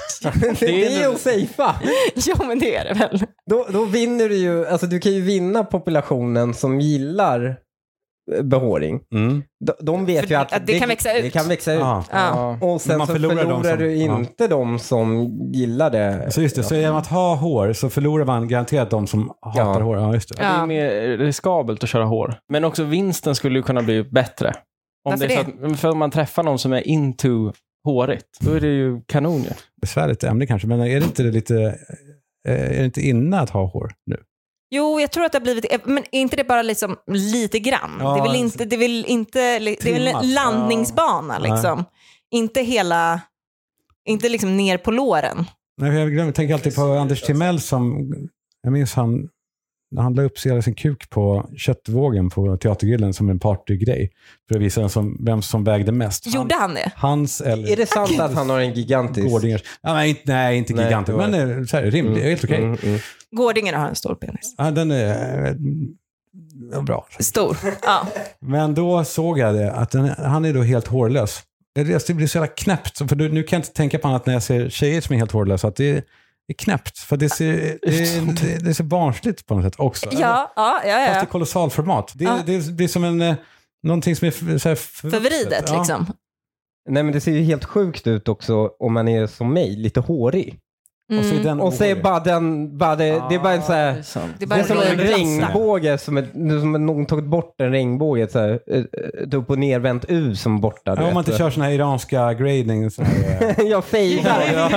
det är att safea. Ja, men det är det väl. Då vinner du ju... Alltså du kan ju vinna populationen som gillar behåring. De vet ju att det kan växa ut. Det kan växa ut. Ja. Och sen man förlorar du inte de som gillar det. Så just det, så genom att ha hår så förlorar man garanterat de som hatar hår. Ja, just det. Det är mer riskabelt att köra hår. Men också vinsten skulle ju kunna bli bättre. Om det är så att, för om man träffar någon som är into hårigt, då är det ju kanon. Besvärligt ämne kanske, men är det inte inne att ha hår nu? Jo, jag tror att det har blivit, men är inte det bara liksom lite grann? Ja, det är väl en landningsbana liksom. Inte hela, inte liksom ner på låren. Nej, jag tänker alltid på Anders Timell som, jag minns han la upp sin kuk på köttvågen på Teatergrillen som en partygrej för att visa vem som vägde mest. Gjorde han det? Hans eller... Är det sant att han har en gigantisk... Gårdingers? Nej, inte gigantisk, men så här, rimlig, helt okej. Gårdinger har en stor penis. Ja, den är bra. Stor, ja. Men då såg jag det, att han är då helt hårlös. Det blir så jävla knäppt, för nu kan jag inte tänka på annat när jag ser tjejer som är helt hårlösa, att det är knäppt, för det är så barnsligt på något sätt också. Ja. Fast det är kolossalt format. Det blir som någonting som är så här förvridet liksom. Nej, men det ser ju helt sjukt ut också om man är som mig, lite hårig. Och så är bara det är bara en så här, det är som en regnbåge som någon tagit bort en regnbåge så här, ett upp- och nervänt U som borta. Om man inte kör såna här iranska grading så jag fejdar.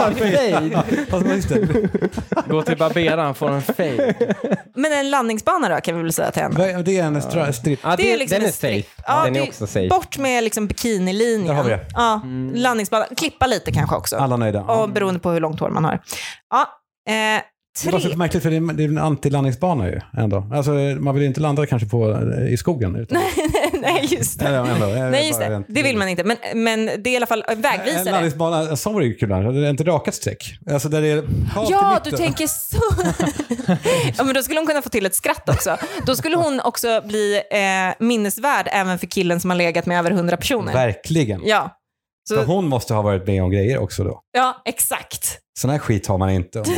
Gå till Barbera, han får en fade. Men en landningsbana då kan vi väl säga till henne. Det är en strip. Ja, det är liksom den är safe. Ja, den är också safe. Bort med liksom bikinilinjen. Där har vi det. Ja, landningsbana. Klippa lite kanske också. Alla nöjda. Och beroende på hur långt hår man har. Ja, Det var så märkligt för det är en antilandningsbana ju ändå. Alltså, man vill ju inte landa kanske i skogen. Utan... Nej, just det. Nej, just det. Det vill man inte. Men det är i alla fall vägvisare. En landningsbana, så var det ju kul. Det är inte rakat streck. Alltså där det är ja, du tänker så. Ja, men då skulle hon kunna få till ett skratt också. Då skulle hon också bli minnesvärd även för killen som har legat med över 100 personer. Verkligen. Ja. Så hon måste ha varit med om grejer också då. Ja, exakt. Sån här skit har man inte om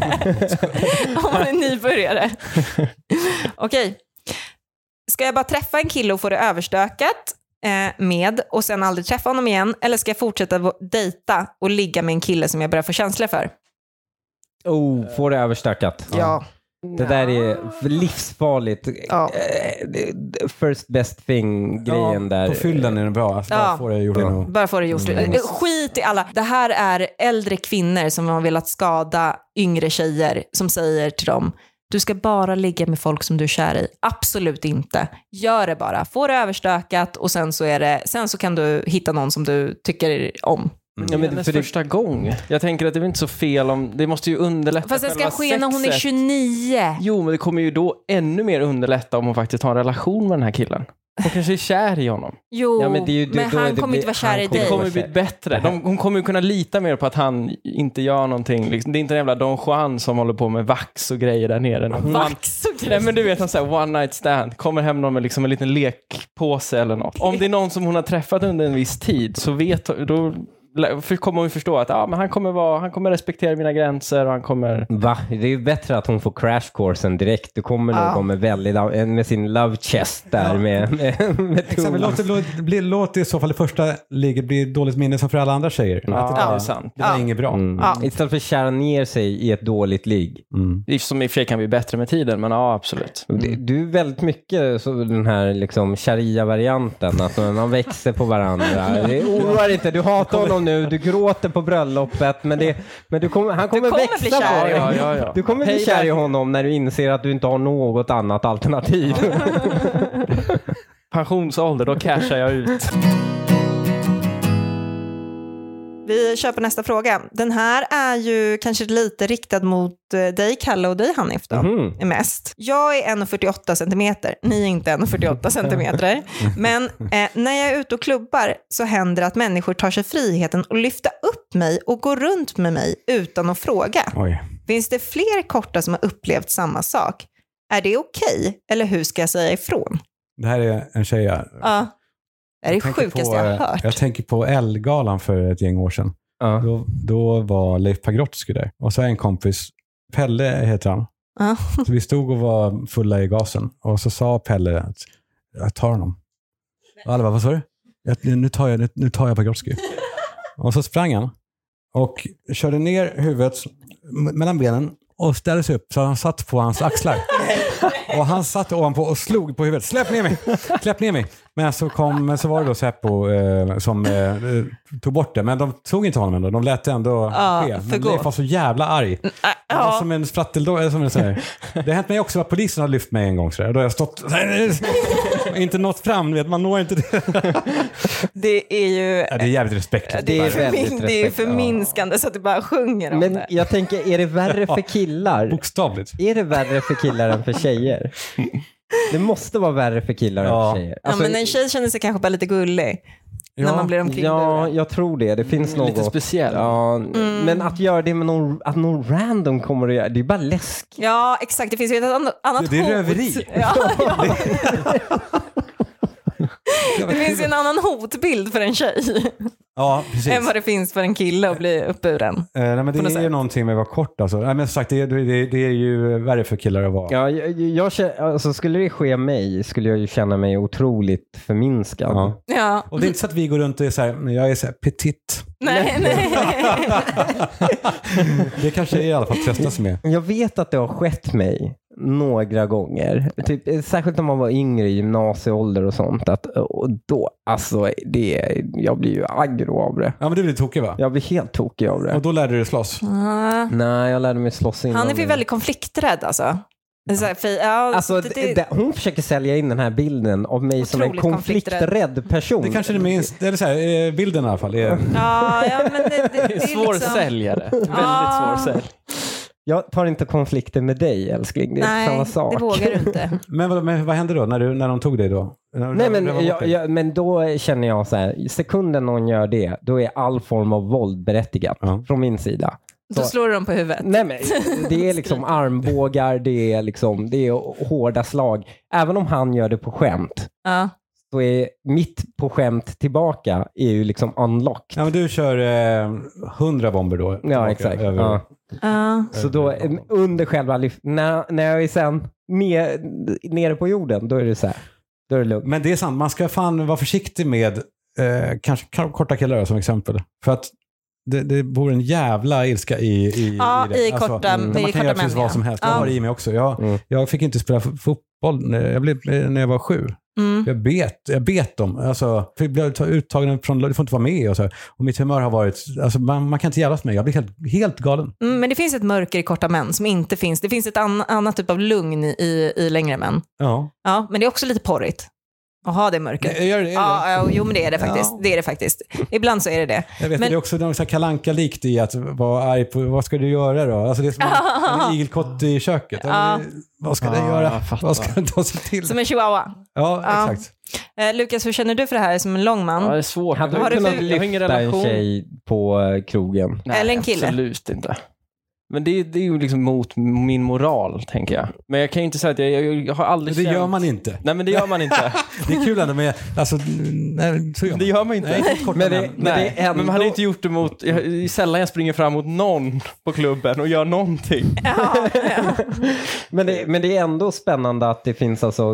man är nybörjare. Okej. Ska jag bara träffa en kille och få det överstökat med och sen aldrig träffa honom igen? Eller ska jag fortsätta dejta och ligga med en kille som jag börjar få känslor för? Få det överstökat. Ja. Det där är livsfarligt. Ja. First best thing-grejen där. På fyllen är det bra. Alltså, bara få det gjort. Bara få det gjort. Skit i alla. Det här är äldre kvinnor som har velat skada yngre tjejer som säger till dem: du ska bara ligga med folk som du är kär i. Absolut inte. Gör det bara. Få det överstökat och sen så kan du hitta någon som du tycker om. Ja, men det är första gång. Jag tänker att det är inte så fel om... Det måste ju underlätta. Fast det ska ske när hon är 29. Jo, men det kommer ju då ännu mer underlätta om hon faktiskt har en relation med den här killen. Hon kanske är kär i honom. Jo, men han kommer inte vara kär i dig. Det kommer bli bättre. Hon kommer ju kunna lita mer på att han inte gör någonting. Liksom. Det är inte en jävla Don Juan som håller på med vax och grejer där nere. Vax och grejer? Nej, men du vet, han säger one night stand. Kommer hem någon med liksom en liten lekpåse eller något. Om det är någon som hon har träffat under en viss tid så då kommer hon förstå att men han kommer respektera mina gränser och han kommer... Va? Det är ju bättre att hon får crash coursen direkt. Du kommer någon med sin love chest där med exakt, låt i så fall det första blir dåligt minne som för alla andra tjejer. Det är sant. Det var inget bra. Istället för att kära ner sig i ett dåligt ligg. Som i och för sig kan bli bättre med tiden, men absolut. Du är väldigt mycket så den här liksom sharia-varianten, att man växer på varandra. Det oroar inte, du hatar honom nu, du gråter på bröllopet, men han kommer växa bli kär. Ja. Du kommer bli kär i honom när du inser att du inte har något annat alternativ. Pensionsålder, då cashar jag ut. Vi kör på nästa fråga. Den här är ju kanske lite riktad mot dig, Kalle, och dig, Hanif då. Mest. Jag är 1,48 centimeter. Ni är inte 1,48 centimeter. Men när jag är ute och klubbar så händer det att människor tar sig friheten att lyfta upp mig och gå runt med mig utan att fråga. Oj. Finns det fler korta som har upplevt samma sak? Är det okej? Eller hur ska jag säga ifrån? Det här är en tjej. Ja. Det är det sjukaste jag har hört. Jag tänker på Ellegalan för ett gäng år sedan. Då var Leif Pagrotsky där. Och så är en kompis, Pelle heter han. Så vi stod och var fulla i gasen. Och så sa Pelle att jag tar honom. Och alla bara, vad sa du? Nu tar jag Pagrotsky. Och så sprang han. Och körde ner huvudet mellan benen. Och ställde sig upp så han satt på hans axlar. Och han satt ovanpå och slog på huvudet. Släpp ner mig. Men så var det då Säpo som tog bort det. Men de tog inte honom ändå. De lät det ändå ske. Men Leif var så jävla arg. Det var som en spratteldå. Det har hänt mig också att polisen har lyft mig en gång. Så då har jag stått inte nått fram. Vet, man når inte det. Det är ju... Ja, det är jävligt respektlöst. Det är förminskande så att det bara sjunger om men det. Jag tänker, är det värre för killar? Bokstavligt. Är det värre för killar än för tjejer? Det måste vara värre för killar än för tjejer. Alltså, men en tjej känner sig kanske bara lite gullig när man blir omkring. Ja, jag tror det. Det finns något lite speciellt. Ja, men att göra det med någon random kommer att göra, det är bara läsk. Ja, exakt. Det finns ju ett annat hot. Det är röveri. Ja. Det finns ju en annan hotbild för en tjej. Ja, precis. Än vad det finns för en kille att bli uppburen. Nej, men det är ju någonting med att vara kort. Alltså. Nej, men sagt, det är ju värre för killar att vara. Ja, alltså, skulle det ske mig skulle jag ju känna mig otroligt förminskad. Ja. Och det är inte så att vi går runt och är så här, jag är så här petit. Nej. Det kanske är i alla fall tröstas med. Jag vet att det har skett mig några gånger. Typ, särskilt när man var yngre i gymnasieålder och sånt. Och då, alltså, jag blir ju aggro av det. Ja, men du blir tokig, va? Jag blir helt tokig av det. Och då lärde du dig slåss? Nej, jag lärde mig slåss innan. Han är ju väldigt konflikträdd, alltså. Alltså, hon försöker sälja in den här bilden av mig som en konflikträdd person. Det kanske är minst, eller så här, bilden i alla fall. Ja, men det är svår liksom... säljare. Väldigt svår sälj. Jag tar inte konflikter med dig, älskling. Det är samma sak. Nej, det vågar du inte. Men vad hände då när de tog dig då? Men då känner jag så här, sekunden någon gör det, då är all form av våld berättigat från min sida. Då slår du dem på huvudet. Nej, men det är liksom armbågar, det är hårda slag. Även om han gör det på skämt. Ja. Så är mitt på skämt tillbaka är ju liksom unlocked. Ja, men du kör 100 bomber då. Ja, exakt. Så då under själva när jag är sen nere på jorden, då är det så här. Då är det lugnt. Men det är sant, man ska fan vara försiktig med kanske korta killar som exempel. För att det bor en jävla ilska i det. I korta man kan göra precis vad som helst. Jag har det i mig också. Jag fick inte spela fotboll när jag var 7. Jag bet dem. Alltså, jag blev uttagen från, du får inte vara med. Och mitt humör har varit, alltså, man kan inte jävlas med. Jag blir helt galen. Men det finns ett mörker i korta män som inte finns. Det finns ett annat typ av lugn i längre män. Ja, men det är också lite porrigt. Jaha, det är mörker. Jo, men det är det faktiskt. Det är det faktiskt. Ibland så är det. Jag vet, men det är också någon så här Kalanka likt i att vara arg på, vad ska du göra då? Alltså det är som en igelkott i köket. Vad ska den göra? Vad ska den ta sig till? Som en chihuahua. Ja, exakt. Lukas, hur känner du för det här som en lång man? Ja, det är svårt. Hade du kunnat lyfta en tjej på krogen? Nej, eller en kille? Absolut inte. Men det är ju liksom mot min moral, tänker jag. Men jag kan ju inte säga att jag har aldrig känt... Det gör man inte. Nej, men det gör man inte. Det är kul ändå, men alltså... Nej, så gör man. Det gör man inte. Men man hade inte gjort det mot... Sällan jag springer fram mot någon på klubben och gör någonting. Men det är ändå spännande att det finns alltså...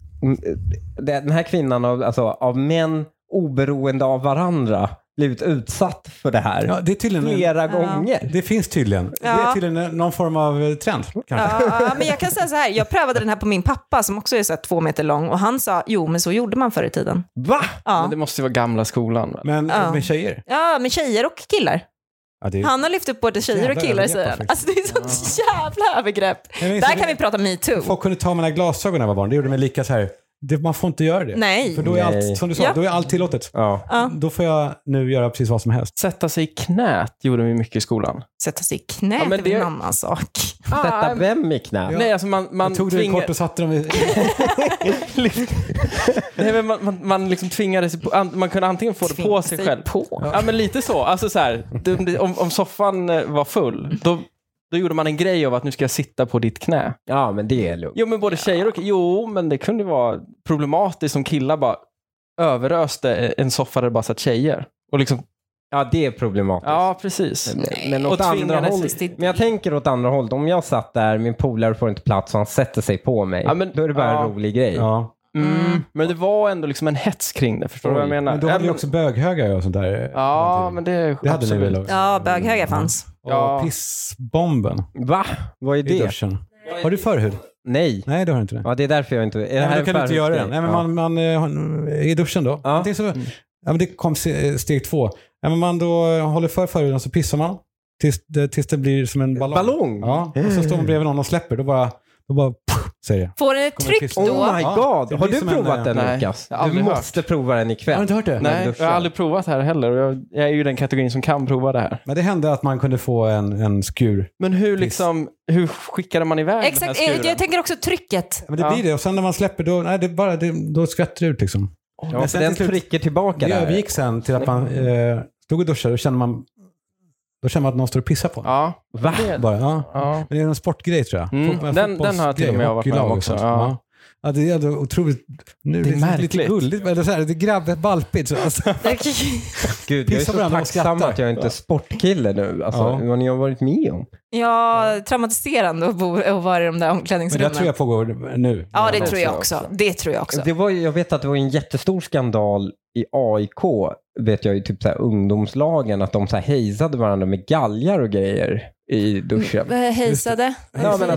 Den här kvinnan av män oberoende av varandra blivit utsatt för det här det är tydligen flera gånger. Det finns tydligen. Det är tydligen någon form av trend. Kanske. Men jag kan säga så här, jag prövade den här på min pappa som också är så här 2 meter lång och han sa, jo men så gjorde man förr i tiden. Va? Ja. Men det måste ju vara gamla skolan. Men med tjejer? Ja, med tjejer och killar. Han har lyft upp både tjejer och killar, säger han. Alltså det är sånt jävla övergrepp. Där kan vi prata MeToo. Folk kunde ta mina glasögon när jag var barn. Det gjorde mig lika så här... Man får inte göra det. Nej. För då är allt, som du sa, då är allt tillåtet. Då får jag nu göra precis vad som helst. Sätta sig i knät gjorde vi mycket i skolan. Sätta sig i knät är en annan sak. Sätta vem i knät? Nej, alltså man tog det kort och satte dem i... Nej, men man liksom tvingades på, man kunde antingen få det på sig själv. Ja, men lite så. Alltså så här, om soffan var full, då gjorde man en grej av att nu ska jag sitta på ditt knä. Ja, men det är lugnt. Jo, men både tjejer och... Jo, men det kunde vara problematiskt som killar bara överöste en soffa där det bara satt tjejer. Och liksom... Ja, det är problematiskt. Ja, precis. Men åt andra håll. Men jag tänker åt andra håll. Om jag satt där, min polare får inte plats och han sätter sig på mig. Ja, men, då är det bara en rolig grej. Ja. Men det var ändå liksom en hets kring det, förstår du vad jag menar? Men då hade vi också böghögar och sånt där. Ja, men det hade ni väl också? Ja, böghögar fanns. Och pissbomben. Va? Vad är det? I duschen. Har du förhud? Nej. Nej, det har inte det. Ja, det är därför jag inte... Då kan du inte göra det. Nej, men man i duschen då. Ja. Men det kom steg 2. Men man då håller förhuden så pissar man. Tills det blir som en ballong. Ja, och så står man bredvid någon och släpper. Då bara säger jag. Får den ett tryck då? Oh my god. Har du provat den, Lukas? Du måste prova den ikväll. Har du inte hört det? Nej, jag har aldrig provat här heller. Och jag är ju den kategorin som kan prova det här. Men det hände att man kunde få en skur. Men hur skickade man iväg den här skuren? Jag tänker också trycket. Men det blir det. Och sen när man släpper, då skvätter det ut liksom. Ja, för den trycker tillbaka där. Det övergick sen till att man stod och duschade och kände man att någon står och pissar på. Ja. Va? Bara, ja. Men det är en sportgrej, tror jag. Den har jag till och med varit med om också. Ja. Ja, det är otroligt... Nu, det är märkligt. Lite gulligt, eller så här, det är grabbet balpigt. Alltså. Gud, jag är så tacksam att jag inte är sportkille nu. Alltså, vad ni har varit med om. Ja, traumatiserande att vara i de där omklädningsrummen. Men det tror jag pågår nu. Ja, det tror jag också. Det tror jag också. Jag vet att det var en jättestor skandal i AIK, vet jag, i typ så här ungdomslagen, att de så här hejsade varandra med galgar och grejer i duschen. Hejsade? Ja, men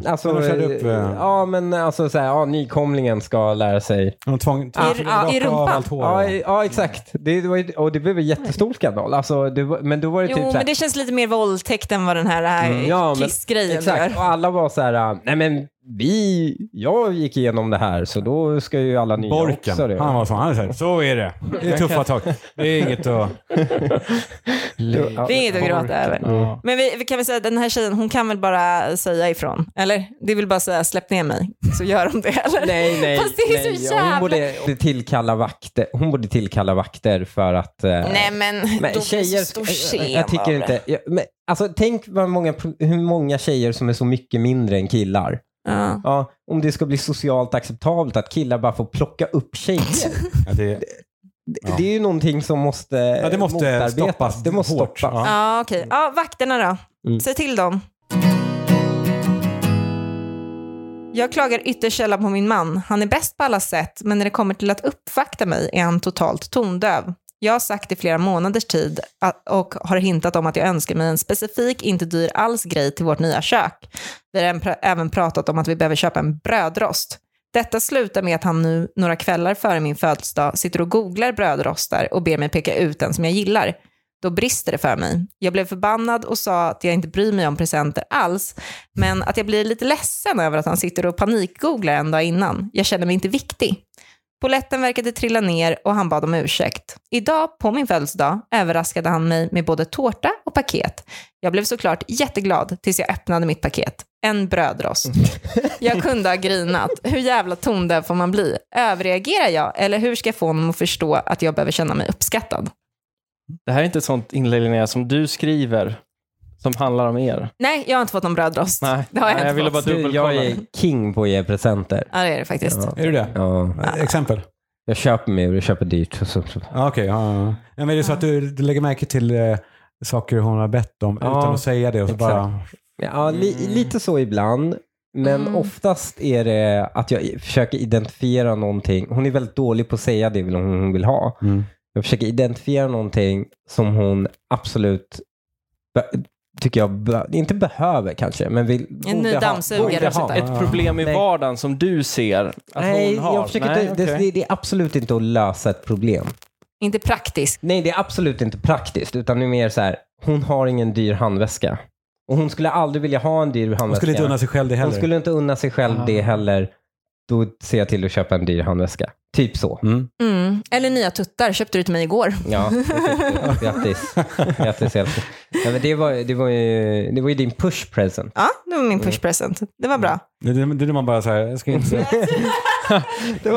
alltså så här, nykomlingen ska lära sig. I rumpan. Ja, exakt. Det blev en jättestor skandal. Alltså, men då var det typ så här, men det känns lite mer våldtäkt än vad den här kissgrejen gör. Och alla var så här, nej men jag gick igenom det här, så då ska ju alla nya Borken, också det. han var så är det. Det är tuffa tag. Det är inget att... Det är inget att gråta över. Ja. Men vi kan väl säga att den här tjejen, hon kan väl bara säga ifrån. Eller? Det vill bara säga, släpp ner mig. Så gör de det, eller? Nej. Fast det är så jävla... Hon borde tillkalla vakter för att... Nej, men då tjejer, stor scen. jag tycker inte... Alltså, tänk hur många tjejer som är så mycket mindre än killar. Ja. Ja, om det ska bli socialt acceptabelt att killar bara får plocka upp tjejer. Det är ju någonting som måste, det måste stoppas. Det måste hårt. stoppas. Ja, okej. Ja, vakterna då. Säg till dem. Jag klagar ytterst sällan på min man. Han är bäst på alla sätt, men när det kommer till att uppvakta mig är han totalt tondöv. Jag har sagt i flera månaders tid och har hintat om att jag önskar mig en specifik, inte dyr alls grej till vårt nya kök. Vi har även pratat om att vi behöver köpa en brödrost. Detta slutar med att han nu, några kvällar före min födelsedag, sitter och googlar brödrostar och ber mig peka ut den som jag gillar. Då brister det för mig. Jag blev förbannad och sa att jag inte bryr mig om presenter alls, men att jag blir lite ledsen över att han sitter och panikgooglar en dag innan. Jag känner mig inte viktig. Poletten verkade trilla ner och han bad om ursäkt. Idag, på min födelsedag, överraskade han mig med både tårta och paket. Jag blev såklart jätteglad tills jag öppnade mitt paket. En brödrost. Jag kunde ha grinat. Hur jävla tondöv får man bli? Överreagerar jag? Eller hur ska jag få honom att förstå att jag behöver känna mig uppskattad? Det här är inte ett sånt inlägg, Linnea, som du skriver som handlar om er. Nej, jag har inte fått någon brödrost. Nej, det har jag ville inte bara fått. dubbelkolla. Jag är king på att ge presenter. Ja, det är det faktiskt. Ja. Är du det? Ja. Exempel? Jag köper mig och jag köper dyrt. Okej. Ja, men är det så att du lägger märke till saker hon har bett om utan att säga det? Och så bara... Ja, lite så ibland. Men oftast är det att jag försöker identifiera någonting. Hon är väldigt dålig på att säga det hon vill ha. Jag försöker identifiera någonting som hon absolut tycker jag inte behöver kanske, men vill en ny dammsugare. Ett problem i vardagen som du ser att hon har. Jag försöker det är absolut inte att lösa ett problem. Inte praktiskt. Nej, det är absolut inte praktiskt, utan det är mer så här, hon har ingen dyr handväska. Och hon skulle aldrig vilja ha en dyr handväska. Hon skulle inte unna sig själv det heller. Hon skulle inte unna sig själv det heller. Då ser jag till att köpa en dyr handväska. Typ så. Eller nya tuttar. Köpte du till mig igår. Ja, grattis. Grattis. Ja, men det var ju din push present. Ja, det var min push present. Det var bra. Det är man bara så här, jag ska inte säga. det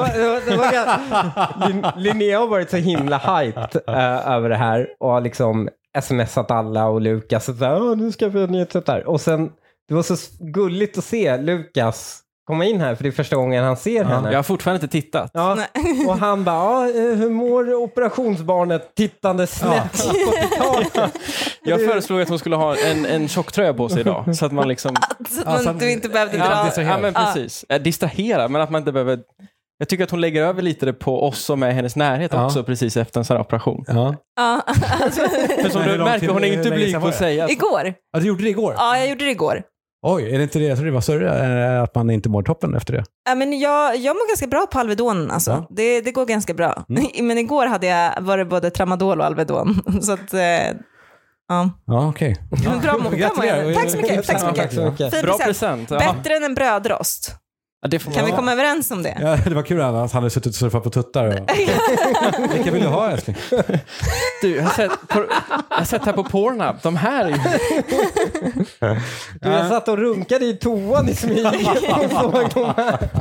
var Linnea har varit så himla hyped över det här och har liksom smsat alla och Lukas och så nu ska vi nya tuttar. Och sen, det var så gulligt att se Lukas komma in här för det är första gången han ser henne. Jag har fortfarande inte tittat. Ja, och han bara, hur mår operationsbarnet tittande snett på taket? Jag föreslog att hon skulle ha en tjocktröja på sig idag. Så att man liksom... Så att du inte behövde dra... Ja, men precis. Distrahera, men att man inte behöver... Jag tycker att hon lägger över lite det på oss som är hennes närhet också precis efter en sån här operation. Ja. För som du märker, hon är inte blyg på att säga. Igår. Ja, du gjorde det igår? Ja, jag gjorde det igår. Oj, är det inte det? Jag tror det var större att man inte mår toppen efter det. Ja, men jag mår ganska bra på Alvedon. Alltså. Ja. Det går ganska bra. Men igår var det både Tramadol och Alvedon. Så att... Ja, okej. Bra mål. Tack så mycket. Bra present. Bättre än en brödrost. Ja, kan vi komma överens om det? Ja, det var kul att han hade suttit och surfat på tuttar. Vilka vill du ha, älskling? Du, jag har sett här på Pornhub. De här är ju... Du, jag satt och runkade i toan i smyg och såg de här.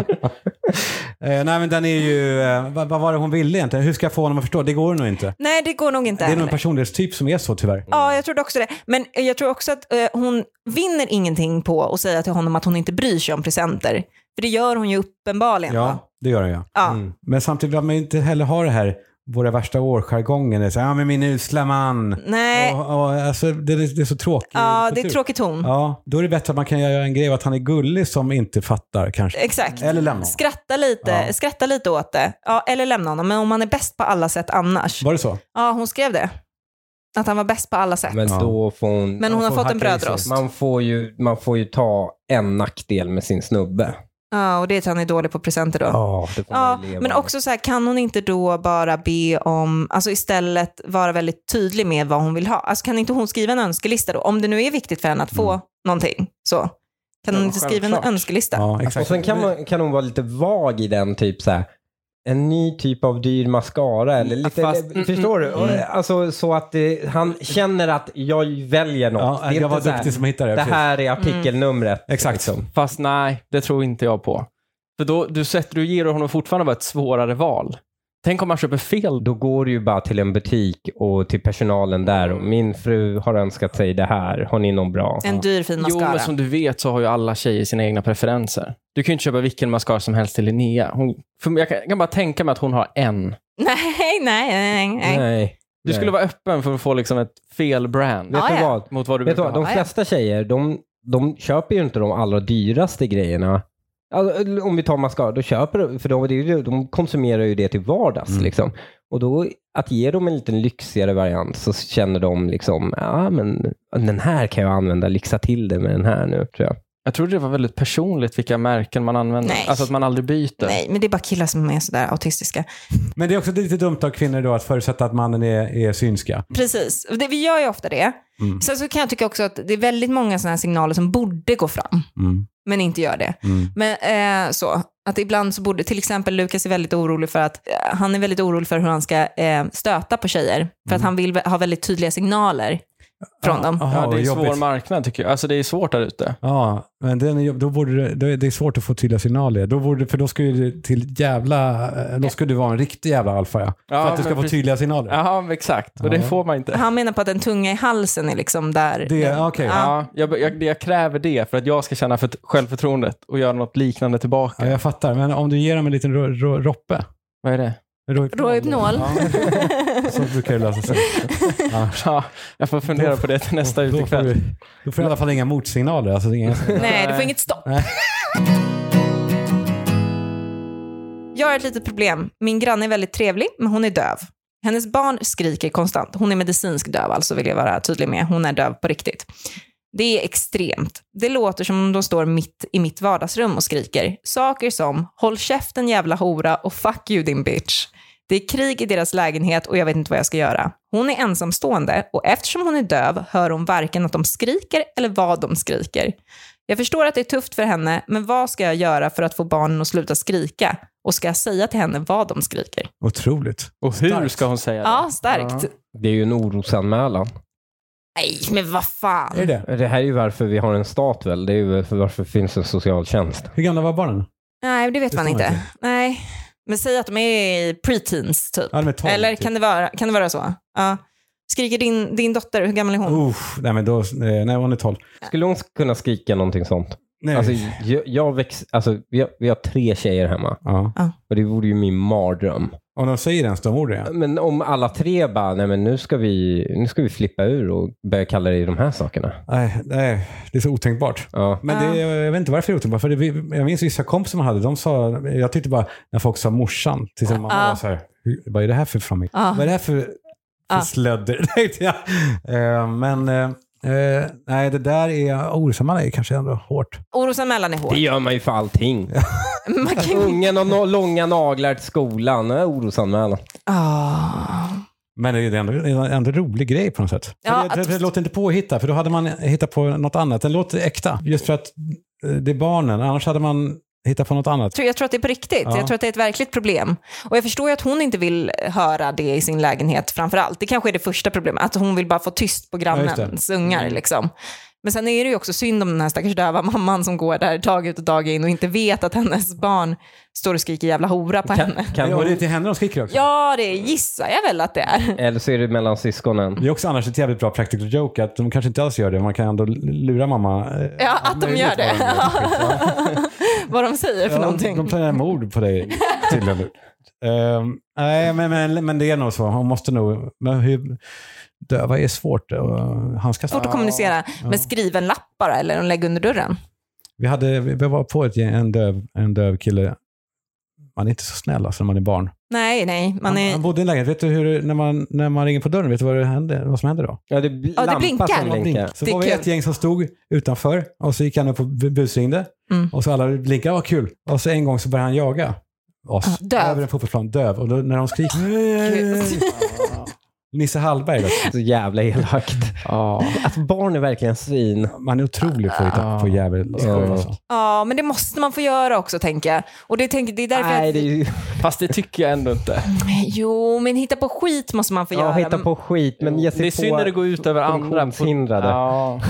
Nej, men den är ju... vad var det hon ville egentligen? Hur ska jag få honom att förstå? Det går nog inte. Nej, det går nog inte. Det är nog en personlighetstyp som är så, tyvärr. Ja, jag tror också det. Men jag tror också att hon vinner ingenting på att säga till honom att hon inte bryr sig om presenter. För det gör hon ju uppenbarligen. Ja, det gör hon ja. Men samtidigt vill man inte heller ha det här våra värsta år-jargongen. Det är så här, men min usla man. Nej. Och alltså, det är så tråkigt. Ja, det är tråkigt ton. Ja, då är det bättre att man kan göra en grej att han är gullig som inte fattar kanske. Exakt. Eller lämna honom. Skratta lite åt det. Ja, eller lämna honom. Men om man är bäst på alla sätt annars. Var det så? Ja, hon skrev det. Att han var bäst på alla sätt. Men då får hon... Men hon har fått en brödrost. Man får ju ta en nackdel med sin snubbe. Ja, och det är att han är dålig på presenter då. Det får man leva men också så här, kan hon inte då bara be om, alltså istället vara väldigt tydlig med vad hon vill ha? Alltså kan inte hon skriva en önskelista då? Om det nu är viktigt för henne att få någonting, så Kan hon inte skriva en önskelista? Ja, exakt. Och sen kan hon vara lite vag i den, typ så här, en ny typ av dyr mascara eller lite, förstår du? Alltså så att han känner att jag väljer något. Ja, jag var duktig som hittade det. Det här är artikelnumret. Exakt. Liksom. Fast nej, det tror inte jag på. För då du ger honom fortfarande bara ett svårare val. Tänk om man köper fel. Då går du ju bara till en butik och till personalen där. Och min fru har önskat sig det här. Har ni någon bra? En dyr fin mascara. Jo, men som du vet så har ju alla tjejer sina egna preferenser. Du kan ju inte köpa vilken mascara som helst till Linnea. Jag kan bara tänka mig att hon har en. Nej. Du skulle vara öppen för att få liksom ett fel brand. Vet du vad? Mot vad du vet brukar vad? De flesta tjejer, de köper ju inte de allra dyraste grejerna. Alltså, om vi tar mascara, då köper de, för de konsumerar ju det till vardags liksom. Och då att ge dem en liten lyxigare variant så känner de liksom, ja men den här kan jag använda, lyxa till det med den här nu, tror jag. Jag tror det var väldigt personligt vilka märken man använder. Nej. Alltså att man aldrig byter. Nej, men det är bara killar som är sådär autistiska. Men det är också lite dumt av kvinnor då att förutsätta att mannen är synska. Precis, vi gör ju ofta det. Sen så kan jag tycka också att det är väldigt många sådana här signaler som borde gå fram. Men inte gör det. Men så, att ibland så borde, till exempel Lukas är väldigt orolig för att, han är väldigt orolig för hur han ska stöta på tjejer. För att han vill ha väldigt tydliga signaler från dem. Ja, det är en svår marknad tycker jag. Alltså det är svårt där ute. Ja, men då borde det är svårt att få tydliga signaler. För då skulle det till då skulle det vara en riktig jävla alfa. Ja. För att du ska få tydliga signaler. Ja, exakt. Och det får man inte. Han menar på att den tunga i halsen är liksom där. Jag kräver det för att jag ska känna för självförtroendet och göra något liknande tillbaka. Ja, jag fattar. Men om du ger dem en liten roppe. Vad är det? Råhypnol. Så brukar det lösa sig. Ja, jag får fundera på det till nästa utekväll. Då får i alla fall inga motsignaler. Alltså Nej, du får inget stopp. Jag har ett litet problem. Min granne är väldigt trevlig, men hon är döv. Hennes barn skriker konstant. Hon är medicinsk döv, alltså vill jag vara tydlig med. Hon är döv på riktigt. Det är extremt. Det låter som om de står mitt i mitt vardagsrum och skriker. Saker som, håll käften jävla hora och fuck you din bitch. Det är krig i deras lägenhet och jag vet inte vad jag ska göra. Hon är ensamstående och eftersom hon är döv hör hon varken att de skriker eller vad de skriker. Jag förstår att det är tufft för henne, men vad ska jag göra för att få barnen att sluta skrika? Och ska jag säga till henne vad de skriker? Otroligt. Och hur ska hon säga det? Ja, starkt. Det är ju en orosanmälan. Nej, men vad fan? Är det? Det här är ju varför vi har en stat väl. Det är ju varför det finns en socialtjänst. Hur gamla var barnen? Nej, det vet man inte. Nej. Men säg att de är preteens typ. Ja, de är 12, eller typ. kan det vara så? Ja. Skriker din dotter, hur gammal är hon? Nej, men nej, hon är 12. Skulle hon kunna skrika någonting sånt? Nej. Alltså, vi har 3 tjejer hemma. Ja. Och det vore ju min mardröm. Om de säger ens de orden. Ja. Men om alla 3 bara, nej men nu ska vi flippa ur och börja kalla det de här sakerna. Nej, det är så otänkbart. Ja. Men jag vet inte varför det är otänkbart. För jag minns vissa kompisar man hade, de sa, jag tyckte bara när folk sa morsan till sin mamma var så här, vad är det här för familj? Vad är det här för slödder? Nej, det där är orosanmälan är kanske ändå hårt. Orosanmälan är hårt. Det gör man ju för allting. Ungen har långa naglar till skolan. Orosanmälan. Men det är ändå en rolig grej på något sätt. Ja, det låter inte påhitta, för då hade man hittat på något annat. Det låter äkta, just för att det är barnen. Annars hade man hitta på något annat. Jag tror att det är på riktigt. Ja. Jag tror att det är ett verkligt problem. Och jag förstår ju att hon inte vill höra det i sin lägenhet framförallt. Det kanske är det första problemet. Att hon vill bara få tyst på grannens ungar liksom. Men sen är det ju också synd om den här stackars döva mamman som går där dag ut och dag in och inte vet att hennes barn står och skriker jävla hora på henne. Kan det till henne de skriker också? Ja, det gissar jag väl att det är. Eller så är det mellan syskonen. Det är också annars ett jävligt bra practical joke att de kanske inte alls gör det. Man kan ändå lura mamma. Ja, att de gör det. Vad de säger för någonting. De planerar mord på dig tydligen. Nej, men det är nog så. Hon måste nog... Men hur... Döva är svårt svårt att kommunicera med skriven lapp bara eller lägga under dörren. Vi var på en döv kille. Man är inte så snäll alltså när man är barn. Nej. Han bodde i en lägenhet. Vet du hur när man ringer på dörren, vet du vad som händer då? Ja, det blinkar. Så var vi ett gäng som stod utanför och så gick han upp och busringde. Och så alla blinkade, vad kul. Och så en gång så började han jaga oss över en fotbollsplan, döv. Och då, när de skriker Nisse Hallberg. Så jävla elakt. Att barn är verkligen svin. Man är otrolig på att hitta på jävel. Ja, men det måste man få göra också, tänker jag. Och det är därför Nej, Fast det tycker jag ändå inte. Jo, men hitta på skit måste man få göra. Ja, hitta på skit. Men ge sig det är synd när det går ut över andra. Funktionshindrade.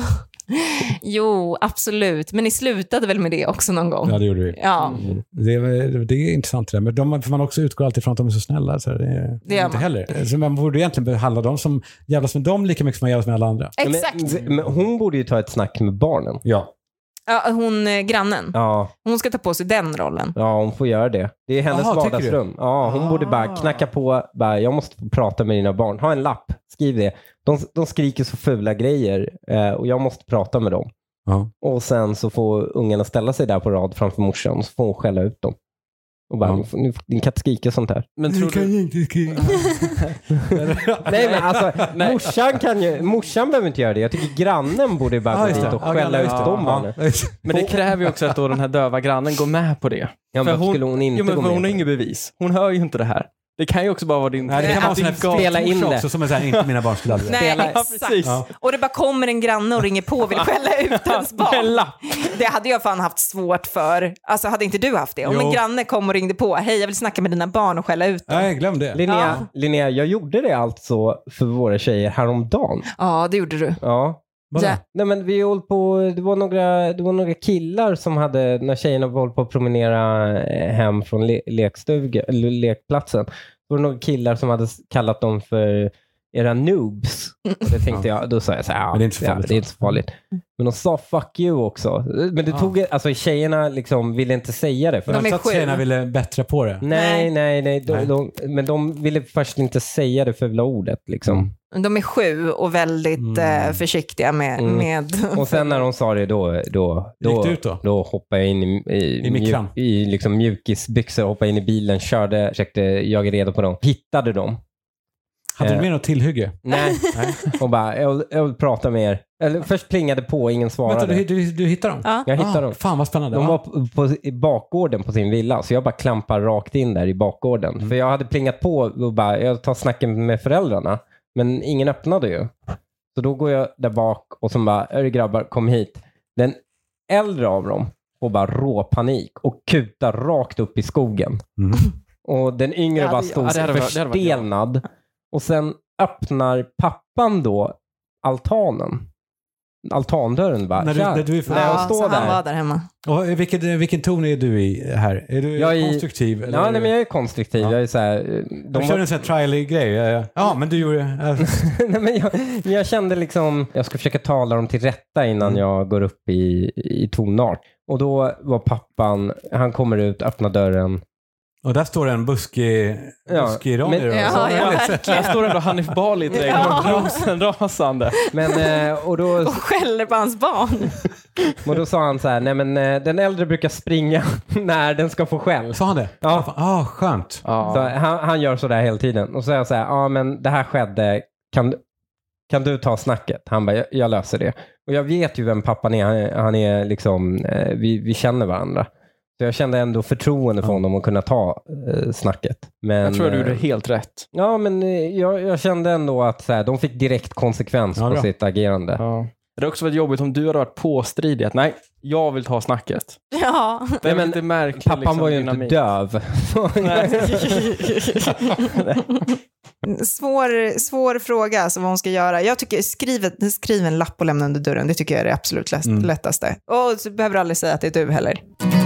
Jo, absolut. Men ni slutade väl med det också någon gång? Ja, det gjorde vi. Ja. Det är intressant det där. Men för man också utgår alltid från att de är så snälla. Så det är inte heller. Så man borde egentligen behandla dem som jävlas med dem lika mycket som man jävlas med alla andra. Exakt. Men hon borde ju ta ett snack med barnen. Ja. Ja, grannen. Ja. Hon ska ta på sig den rollen. Ja, hon får göra det. Det är hennes vardagsrum. Ja, hon borde bara knacka på. Jag måste få prata med dina barn. Ha en lapp. Skriv det. De skriker så fula grejer. Och jag måste prata med dem. Ja. Och sen så får ungarna ställa sig där på rad framför morsan. Och så får hon skälla ut dem. Och bara, ni kan inte skrika sånt här. Men tror du... inte skrika. Nej, men alltså, morsan behöver inte göra det. Jag tycker grannen borde bara gå dit och skälla ut dem. Men det kräver ju också att då den här döva grannen går med på det. Ja, men skulle hon inte gå med? Hon har inget bevis. Hon hör ju inte det här. Det kan ju också bara vara din... Nej, det kan vara sån här spela in det. Också, som är så här, inte mina barn skulle aldrig. Nej, Ja, exakt. Ja. Och det bara kommer en granne och ringer på och vill skälla ut ens barn. Det hade jag fan haft svårt för. Alltså, hade inte du haft det? Om en granne kom och ringde på. Hej, jag vill snacka med dina barn och skälla ut dem. Nej, glöm det. Linnea, jag gjorde det alltså för våra tjejer häromdagen. Ja, det gjorde du. Ja. Nej, men vi höll på, det var några killar som hade, när tjejerna var på att promenera hem från lekplatsen, det var några killar som hade kallat dem för era noobs. Och det tänkte jag, då sa jag så här, men det är inte så farligt. Men de sa fuck you också. Men det tog, alltså tjejerna liksom ville inte säga det. För de är att tjejerna ville bättre på det. Nej. Men de ville först inte säga det fula ordet liksom. De är 7 och väldigt försiktiga med... Och sen när de sa det då hoppade jag in i liksom mjukisbyxor, hoppade in i bilen, försökte jaga reda på dem. Hittade dem. Hade du med något tillhygge? Nej. Och bara, jag vill prata med er. Eller först plingade på, ingen svarade. Vänta, du hittade dem? Ja. Jag hittade dem. Fan vad spännande. De var i bakgården på sin villa. Så jag bara klampar rakt in där i bakgården. För jag hade plingat på och bara, jag tar snacken med föräldrarna. Men ingen öppnade ju. Så då går jag där bak och så bara, grabbar, kom hit. Den äldre av dem får bara råpanik och kutar rakt upp i skogen. Och den yngre bara stod förstelnad. Och sen öppnar pappan då altandörren bara. När du står där. Han var där hemma. Och vilken ton är du i här? Är du konstruktiv? Eller nej, men jag är konstruktiv. Ja. Jag är så här, kör en sån här trial-grej. Ja, men du gjorde... Nej, men jag kände liksom, jag ska försöka tala dem till rätta innan jag går upp i tonart. Och då var pappan, han kommer ut, öppnar dörren. Och där står en buskig iranier. Där står ändå Hanif Bali till rasande. Och skäller på hans barn. Och då sa han så här, nej men den äldre brukar springa när den ska få skäll. Sa han det? Ja. Skönt. Ja. Så han gör så där hela tiden. Och så säger jag så här, men det här skedde, kan du ta snacket? Han bara, jag löser det. Och jag vet ju vem pappan är. Han är liksom, vi känner varandra. Så jag kände ändå förtroende för honom att kunna ta snacket. Men, jag tror du gjorde helt rätt. Ja, men jag kände ändå att så här, de fick direkt konsekvens på sitt agerande. Ja. Det är också väldigt jobbigt om du hade varit påstridig att nej, jag vill ta snacket. Ja. Det är lite märkligt. Pappan liksom, var ju inte döv. Svår fråga, så vad hon ska göra. Jag tycker, skriv en lapp och lämna under dörren. Det tycker jag är det absolut lättaste. Och så behöver du aldrig säga att det är du heller.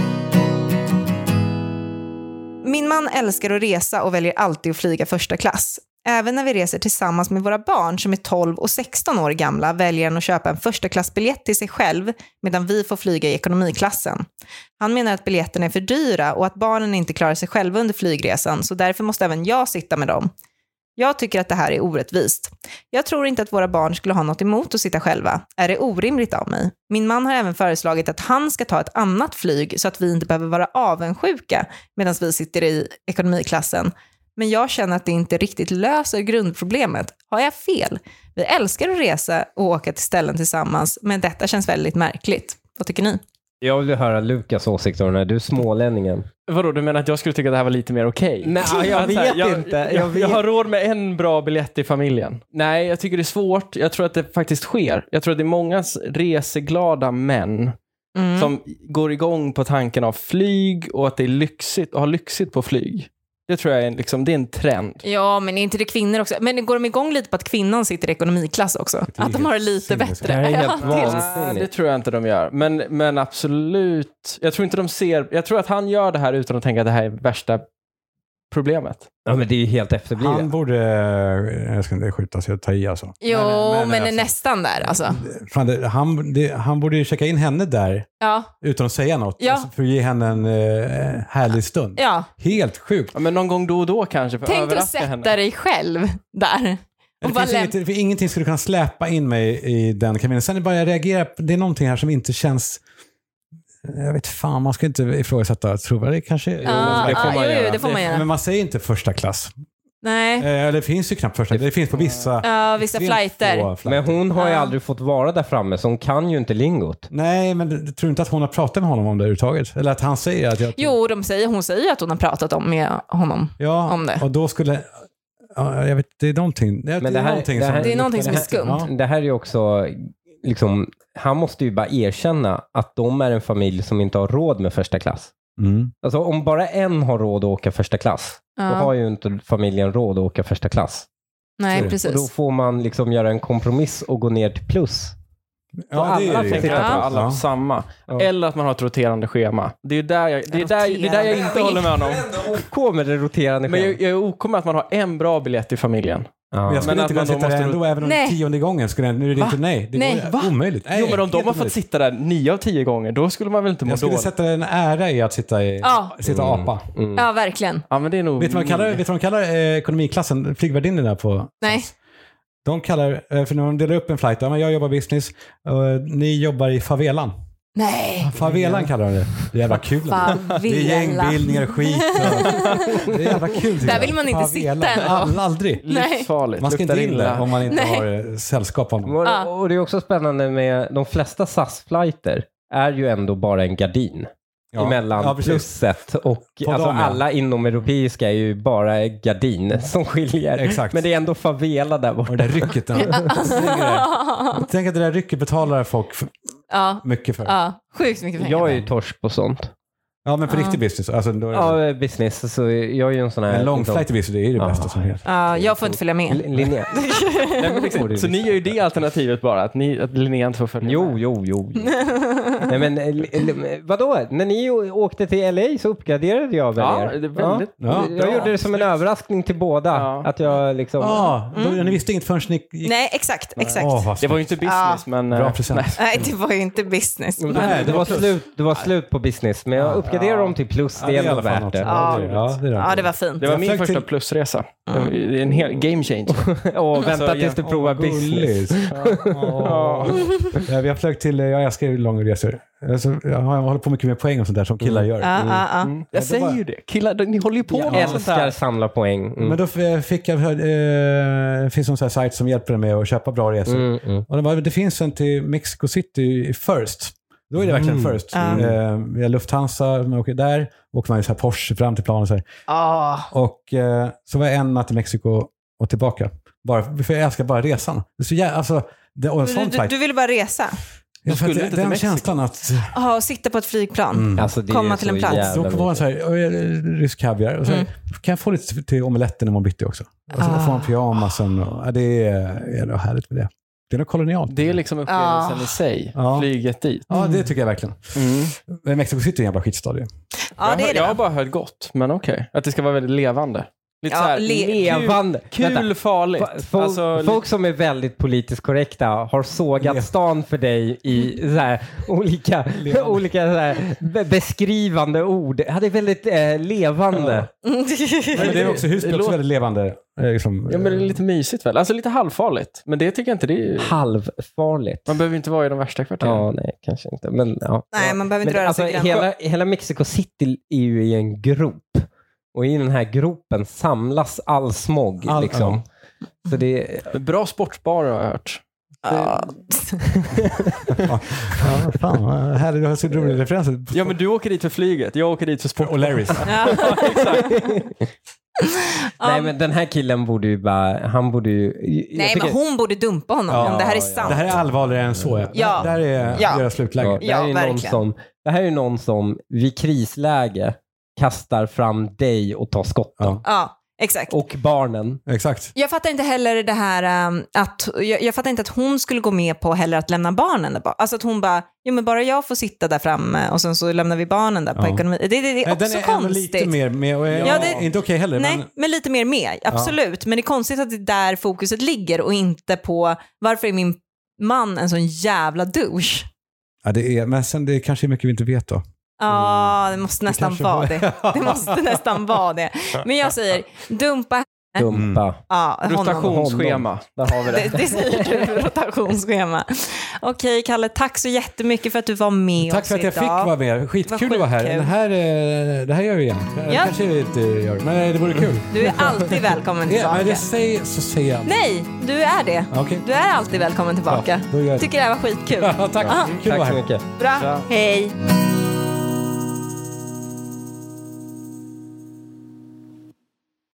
Min man älskar att resa och väljer alltid att flyga första klass. Även när vi reser tillsammans med våra barn som är 12 och 16 år gamla väljer han att köpa en första klassbiljett till sig själv medan vi får flyga i ekonomiklassen. Han menar att biljetterna är för dyra och att barnen inte klarar sig själva under flygresan, så därför måste även jag sitta med dem. Jag tycker att det här är orättvist. Jag tror inte att våra barn skulle ha något emot att sitta själva. Är det orimligt av mig? Min man har även föreslagit att han ska ta ett annat flyg så att vi inte behöver vara avundsjuka medan vi sitter i ekonomiklassen. Men jag känner att det inte riktigt löser grundproblemet. Har jag fel? Vi älskar att resa och åka till ställen tillsammans, men detta känns väldigt märkligt. Vad tycker ni? Jag vill höra Lukas åsikt om du är smålänningen. Vadå, du menar att jag skulle tycka att det här var lite mer okej? Nej, jag vet inte. Jag har råd med en bra biljett i familjen. Nej, jag tycker det är svårt. Jag tror att det faktiskt sker. Jag tror att det är många reseglada män som går igång på tanken av flyg och att det är lyxigt och har lyxigt på flyg. Det tror jag är, liksom, det är en trend. Ja, men är inte det kvinnor också? Men går de igång lite på att kvinnan sitter i ekonomiklass också? Att de har det lite bättre? Det tror jag inte de gör. Men absolut. Jag tror inte de ser... Jag tror att han gör det här utan att tänka att det här är värsta problemet. Ja, men det är ju helt efterblivet. Han borde... Jag ska inte skjuta sig och ta i alltså. Jo, men alltså, nästan där alltså. Fan, han borde ju checka in henne där utan att säga något. Alltså, för att ge henne en härlig stund. Ja. Helt sjukt. Ja, men någon gång då och då kanske. För tänk att sätta dig själv där. För ingenting skulle kunna släppa in mig i den kabinen. Sen bara jag reagerar. Det är någonting här som inte känns... Jag vet fan, man ska inte ifrågasätta trovärdighet kanske. Det får man göra. Men man säger inte första klass. Nej. Det finns ju knappt första. Det finns på vissa flighter. Men hon har ju aldrig fått vara där framme, så hon kan ju inte lingot. Nej, men jag tror inte att hon har pratat med honom om det överhuvudtaget. Eller att han säger att hon säger att hon har pratat med honom om det. Och då skulle... Ja, jag vet, det är någonting. Det är någonting som är skumt. Det här är ju också... Liksom, han måste ju bara erkänna att de är en familj som inte har råd med första klass. Alltså om bara en har råd att åka första klass, då har ju inte familjen råd att åka första klass. Nej, precis. Och då får man liksom göra en kompromiss och gå ner till plus. Ja, alla tänker att alla på samma. Eller att man har ett roterande schema. Det är där jag inte håller med honom. OK med det roterande schema. Men jag är OK med att man har en bra biljett i familjen. Men jag skulle inte kunna sitta där ändå, även om 10:e gången skulle nu är det inte det går omöjligt. Jo, men om de har fått sitta där 9 av 10 gånger, då skulle man väl inte må dåligt. Jag skulle sätta en ära i att sitta apa. Ja, verkligen. Ja, men det är nog... Vet du vad de kallar ekonomiklassen, flygvärdinnorna på? Nej. De kallar, för när de delar upp en flight, jag jobbar business och ni jobbar i favelan. Nej. Favelan kallar de det. Det är jävla kul. Det är gängbildningar och skit. Det är jävla kul. Där vill man inte sitta ändå. Aldrig. Livsfarligt. Man ska inte in där om man inte har sällskap av någon. Och det är också spännande med de flesta SAS-flighter är ju ändå bara en gardin. Emellan plusset och alltså alla inomeuropeiska är ju bara gardin som skiljer. Exakt. Men det är ändå favela där borta. Och det där rycket. Tänk att det där rycket betalar folk mycket för. Ja, sjukt mycket pengar. Jag är ju torsk på sånt. Ja, men för riktig business. Alltså, då är det business. Så jag är ju en sån här... En long flight business, det är ju det bästa som helst. Ja, jag får inte följa med. Linnea. Så ni gör ju det alternativet bara, att Linnea inte får följa med? Jo. Nej, men vadå? När ni åkte till LA så uppgraderade jag väl er. Det är väldigt jag gjorde det som en överraskning till båda. Att jag liksom... Ni visste inget förrän ni gick... Nej, exakt. Det var ju inte business, men... Bra present. Nej, det var ju inte business. Nej, det var slut på business, men jag uppgraderade dem till plus. Det är ändå värt det. Ja, det var fint. Det var min första plusresa. Det är en hel game changer. Vänta tills du provar business. Vi har flögt till... Jag älskar ju långa resor. Alltså, jag håller på mycket med poäng och sånt där som killar gör. Jag säger ju det. Killar, ni håller ju på med jag älskar samla poäng. Men då fick jag... finns en sån här sajt som hjälper mig att köpa bra resor. Och det finns en till Mexico City First. Då är det verkligen First. Vi har Lufthansa, man åker där. Åker man ju så här Porsche fram till planen. Och så var jag en natt i Mexiko och tillbaka. För jag älskar bara resan. Det är så alltså, du ville bara resa? Jag skulle inte den känslan att... sitta på ett flygplan. Alltså, komma till en plats. Då var en så här rysk kaviar. Och så här, kan jag få lite till omeletten när man bytte också? Och så får man pyjamasen. Och, det är härligt med det. Det är något kolonialt. Det är liksom upplevelsen i sig. Flyget dit. Ja, det tycker jag verkligen. Men Mexico City är en jävla skitstadie. Jag har bara hört gott, men okej. Att det ska vara väldigt levande. Lite så här, levande. Kul farligt. Folk som är väldigt politiskt korrekta har sågat stan för dig i så här, olika så här, beskrivande ord. Det är väldigt levande. Men det är också Husby också väldigt levande. Liksom, men det är lite mysigt väl. Alltså lite halvfarligt. Men det tycker jag inte det är... Halvfarligt. Man behöver inte vara i de värsta kvarteren. Ja, nej, kanske inte. Men, nej, man behöver inte röra sig. Hela Mexico City är ju i en grop. Och i den här gropen samlas all smog. Så det är... Bra sportbar har jag hört. Fan, här är det så rolig referens. Ja, men du åker dit för flyget. Jag åker dit för sport. Och Larrys. Nej, men den här killen borde ju bara... Han borde ju... Nej, men hon borde dumpa honom om det här är sant. Det här är allvarligare än så. Ja. Det här är deras slutläge. Det här är verkligen. Det här är någon som vid krisläge kastar fram dig och tar skotten. Ja, exakt. Och barnen. Exakt. Jag fattar inte heller det här att jag fattar inte att hon skulle gå med på heller att lämna barnen där. Alltså att hon bara, jo men bara jag får sitta där framme och sen så lämnar vi barnen där på ekonomi. Det är också den är konstigt. Lite mer med och inte okej heller. Nej, men lite mer med, absolut. Men det är konstigt att det är där fokuset ligger och inte på varför är min man en sån jävla douche. Ja, men sen det är kanske mycket vi inte vet då. Ja, det måste nästan vara det. Det måste nästan vara det. Men jag säger, dumpa. Ja, rotationsschema. Där har vi det. Det säger du, rotationsschema. Okej, Kalle, tack så jättemycket för att du var med. Tack för att jag fick vara med. Skitkul att vara här. Det här gör vi igen. Kanske vi inte gör, men det vore kul. Du är alltid välkommen tillbaka. Men så säger jag. Nej, du är det. Okay. Du är alltid välkommen tillbaka. Tycker det här var skitkul. Tack. Tack så mycket. Bra. Hej.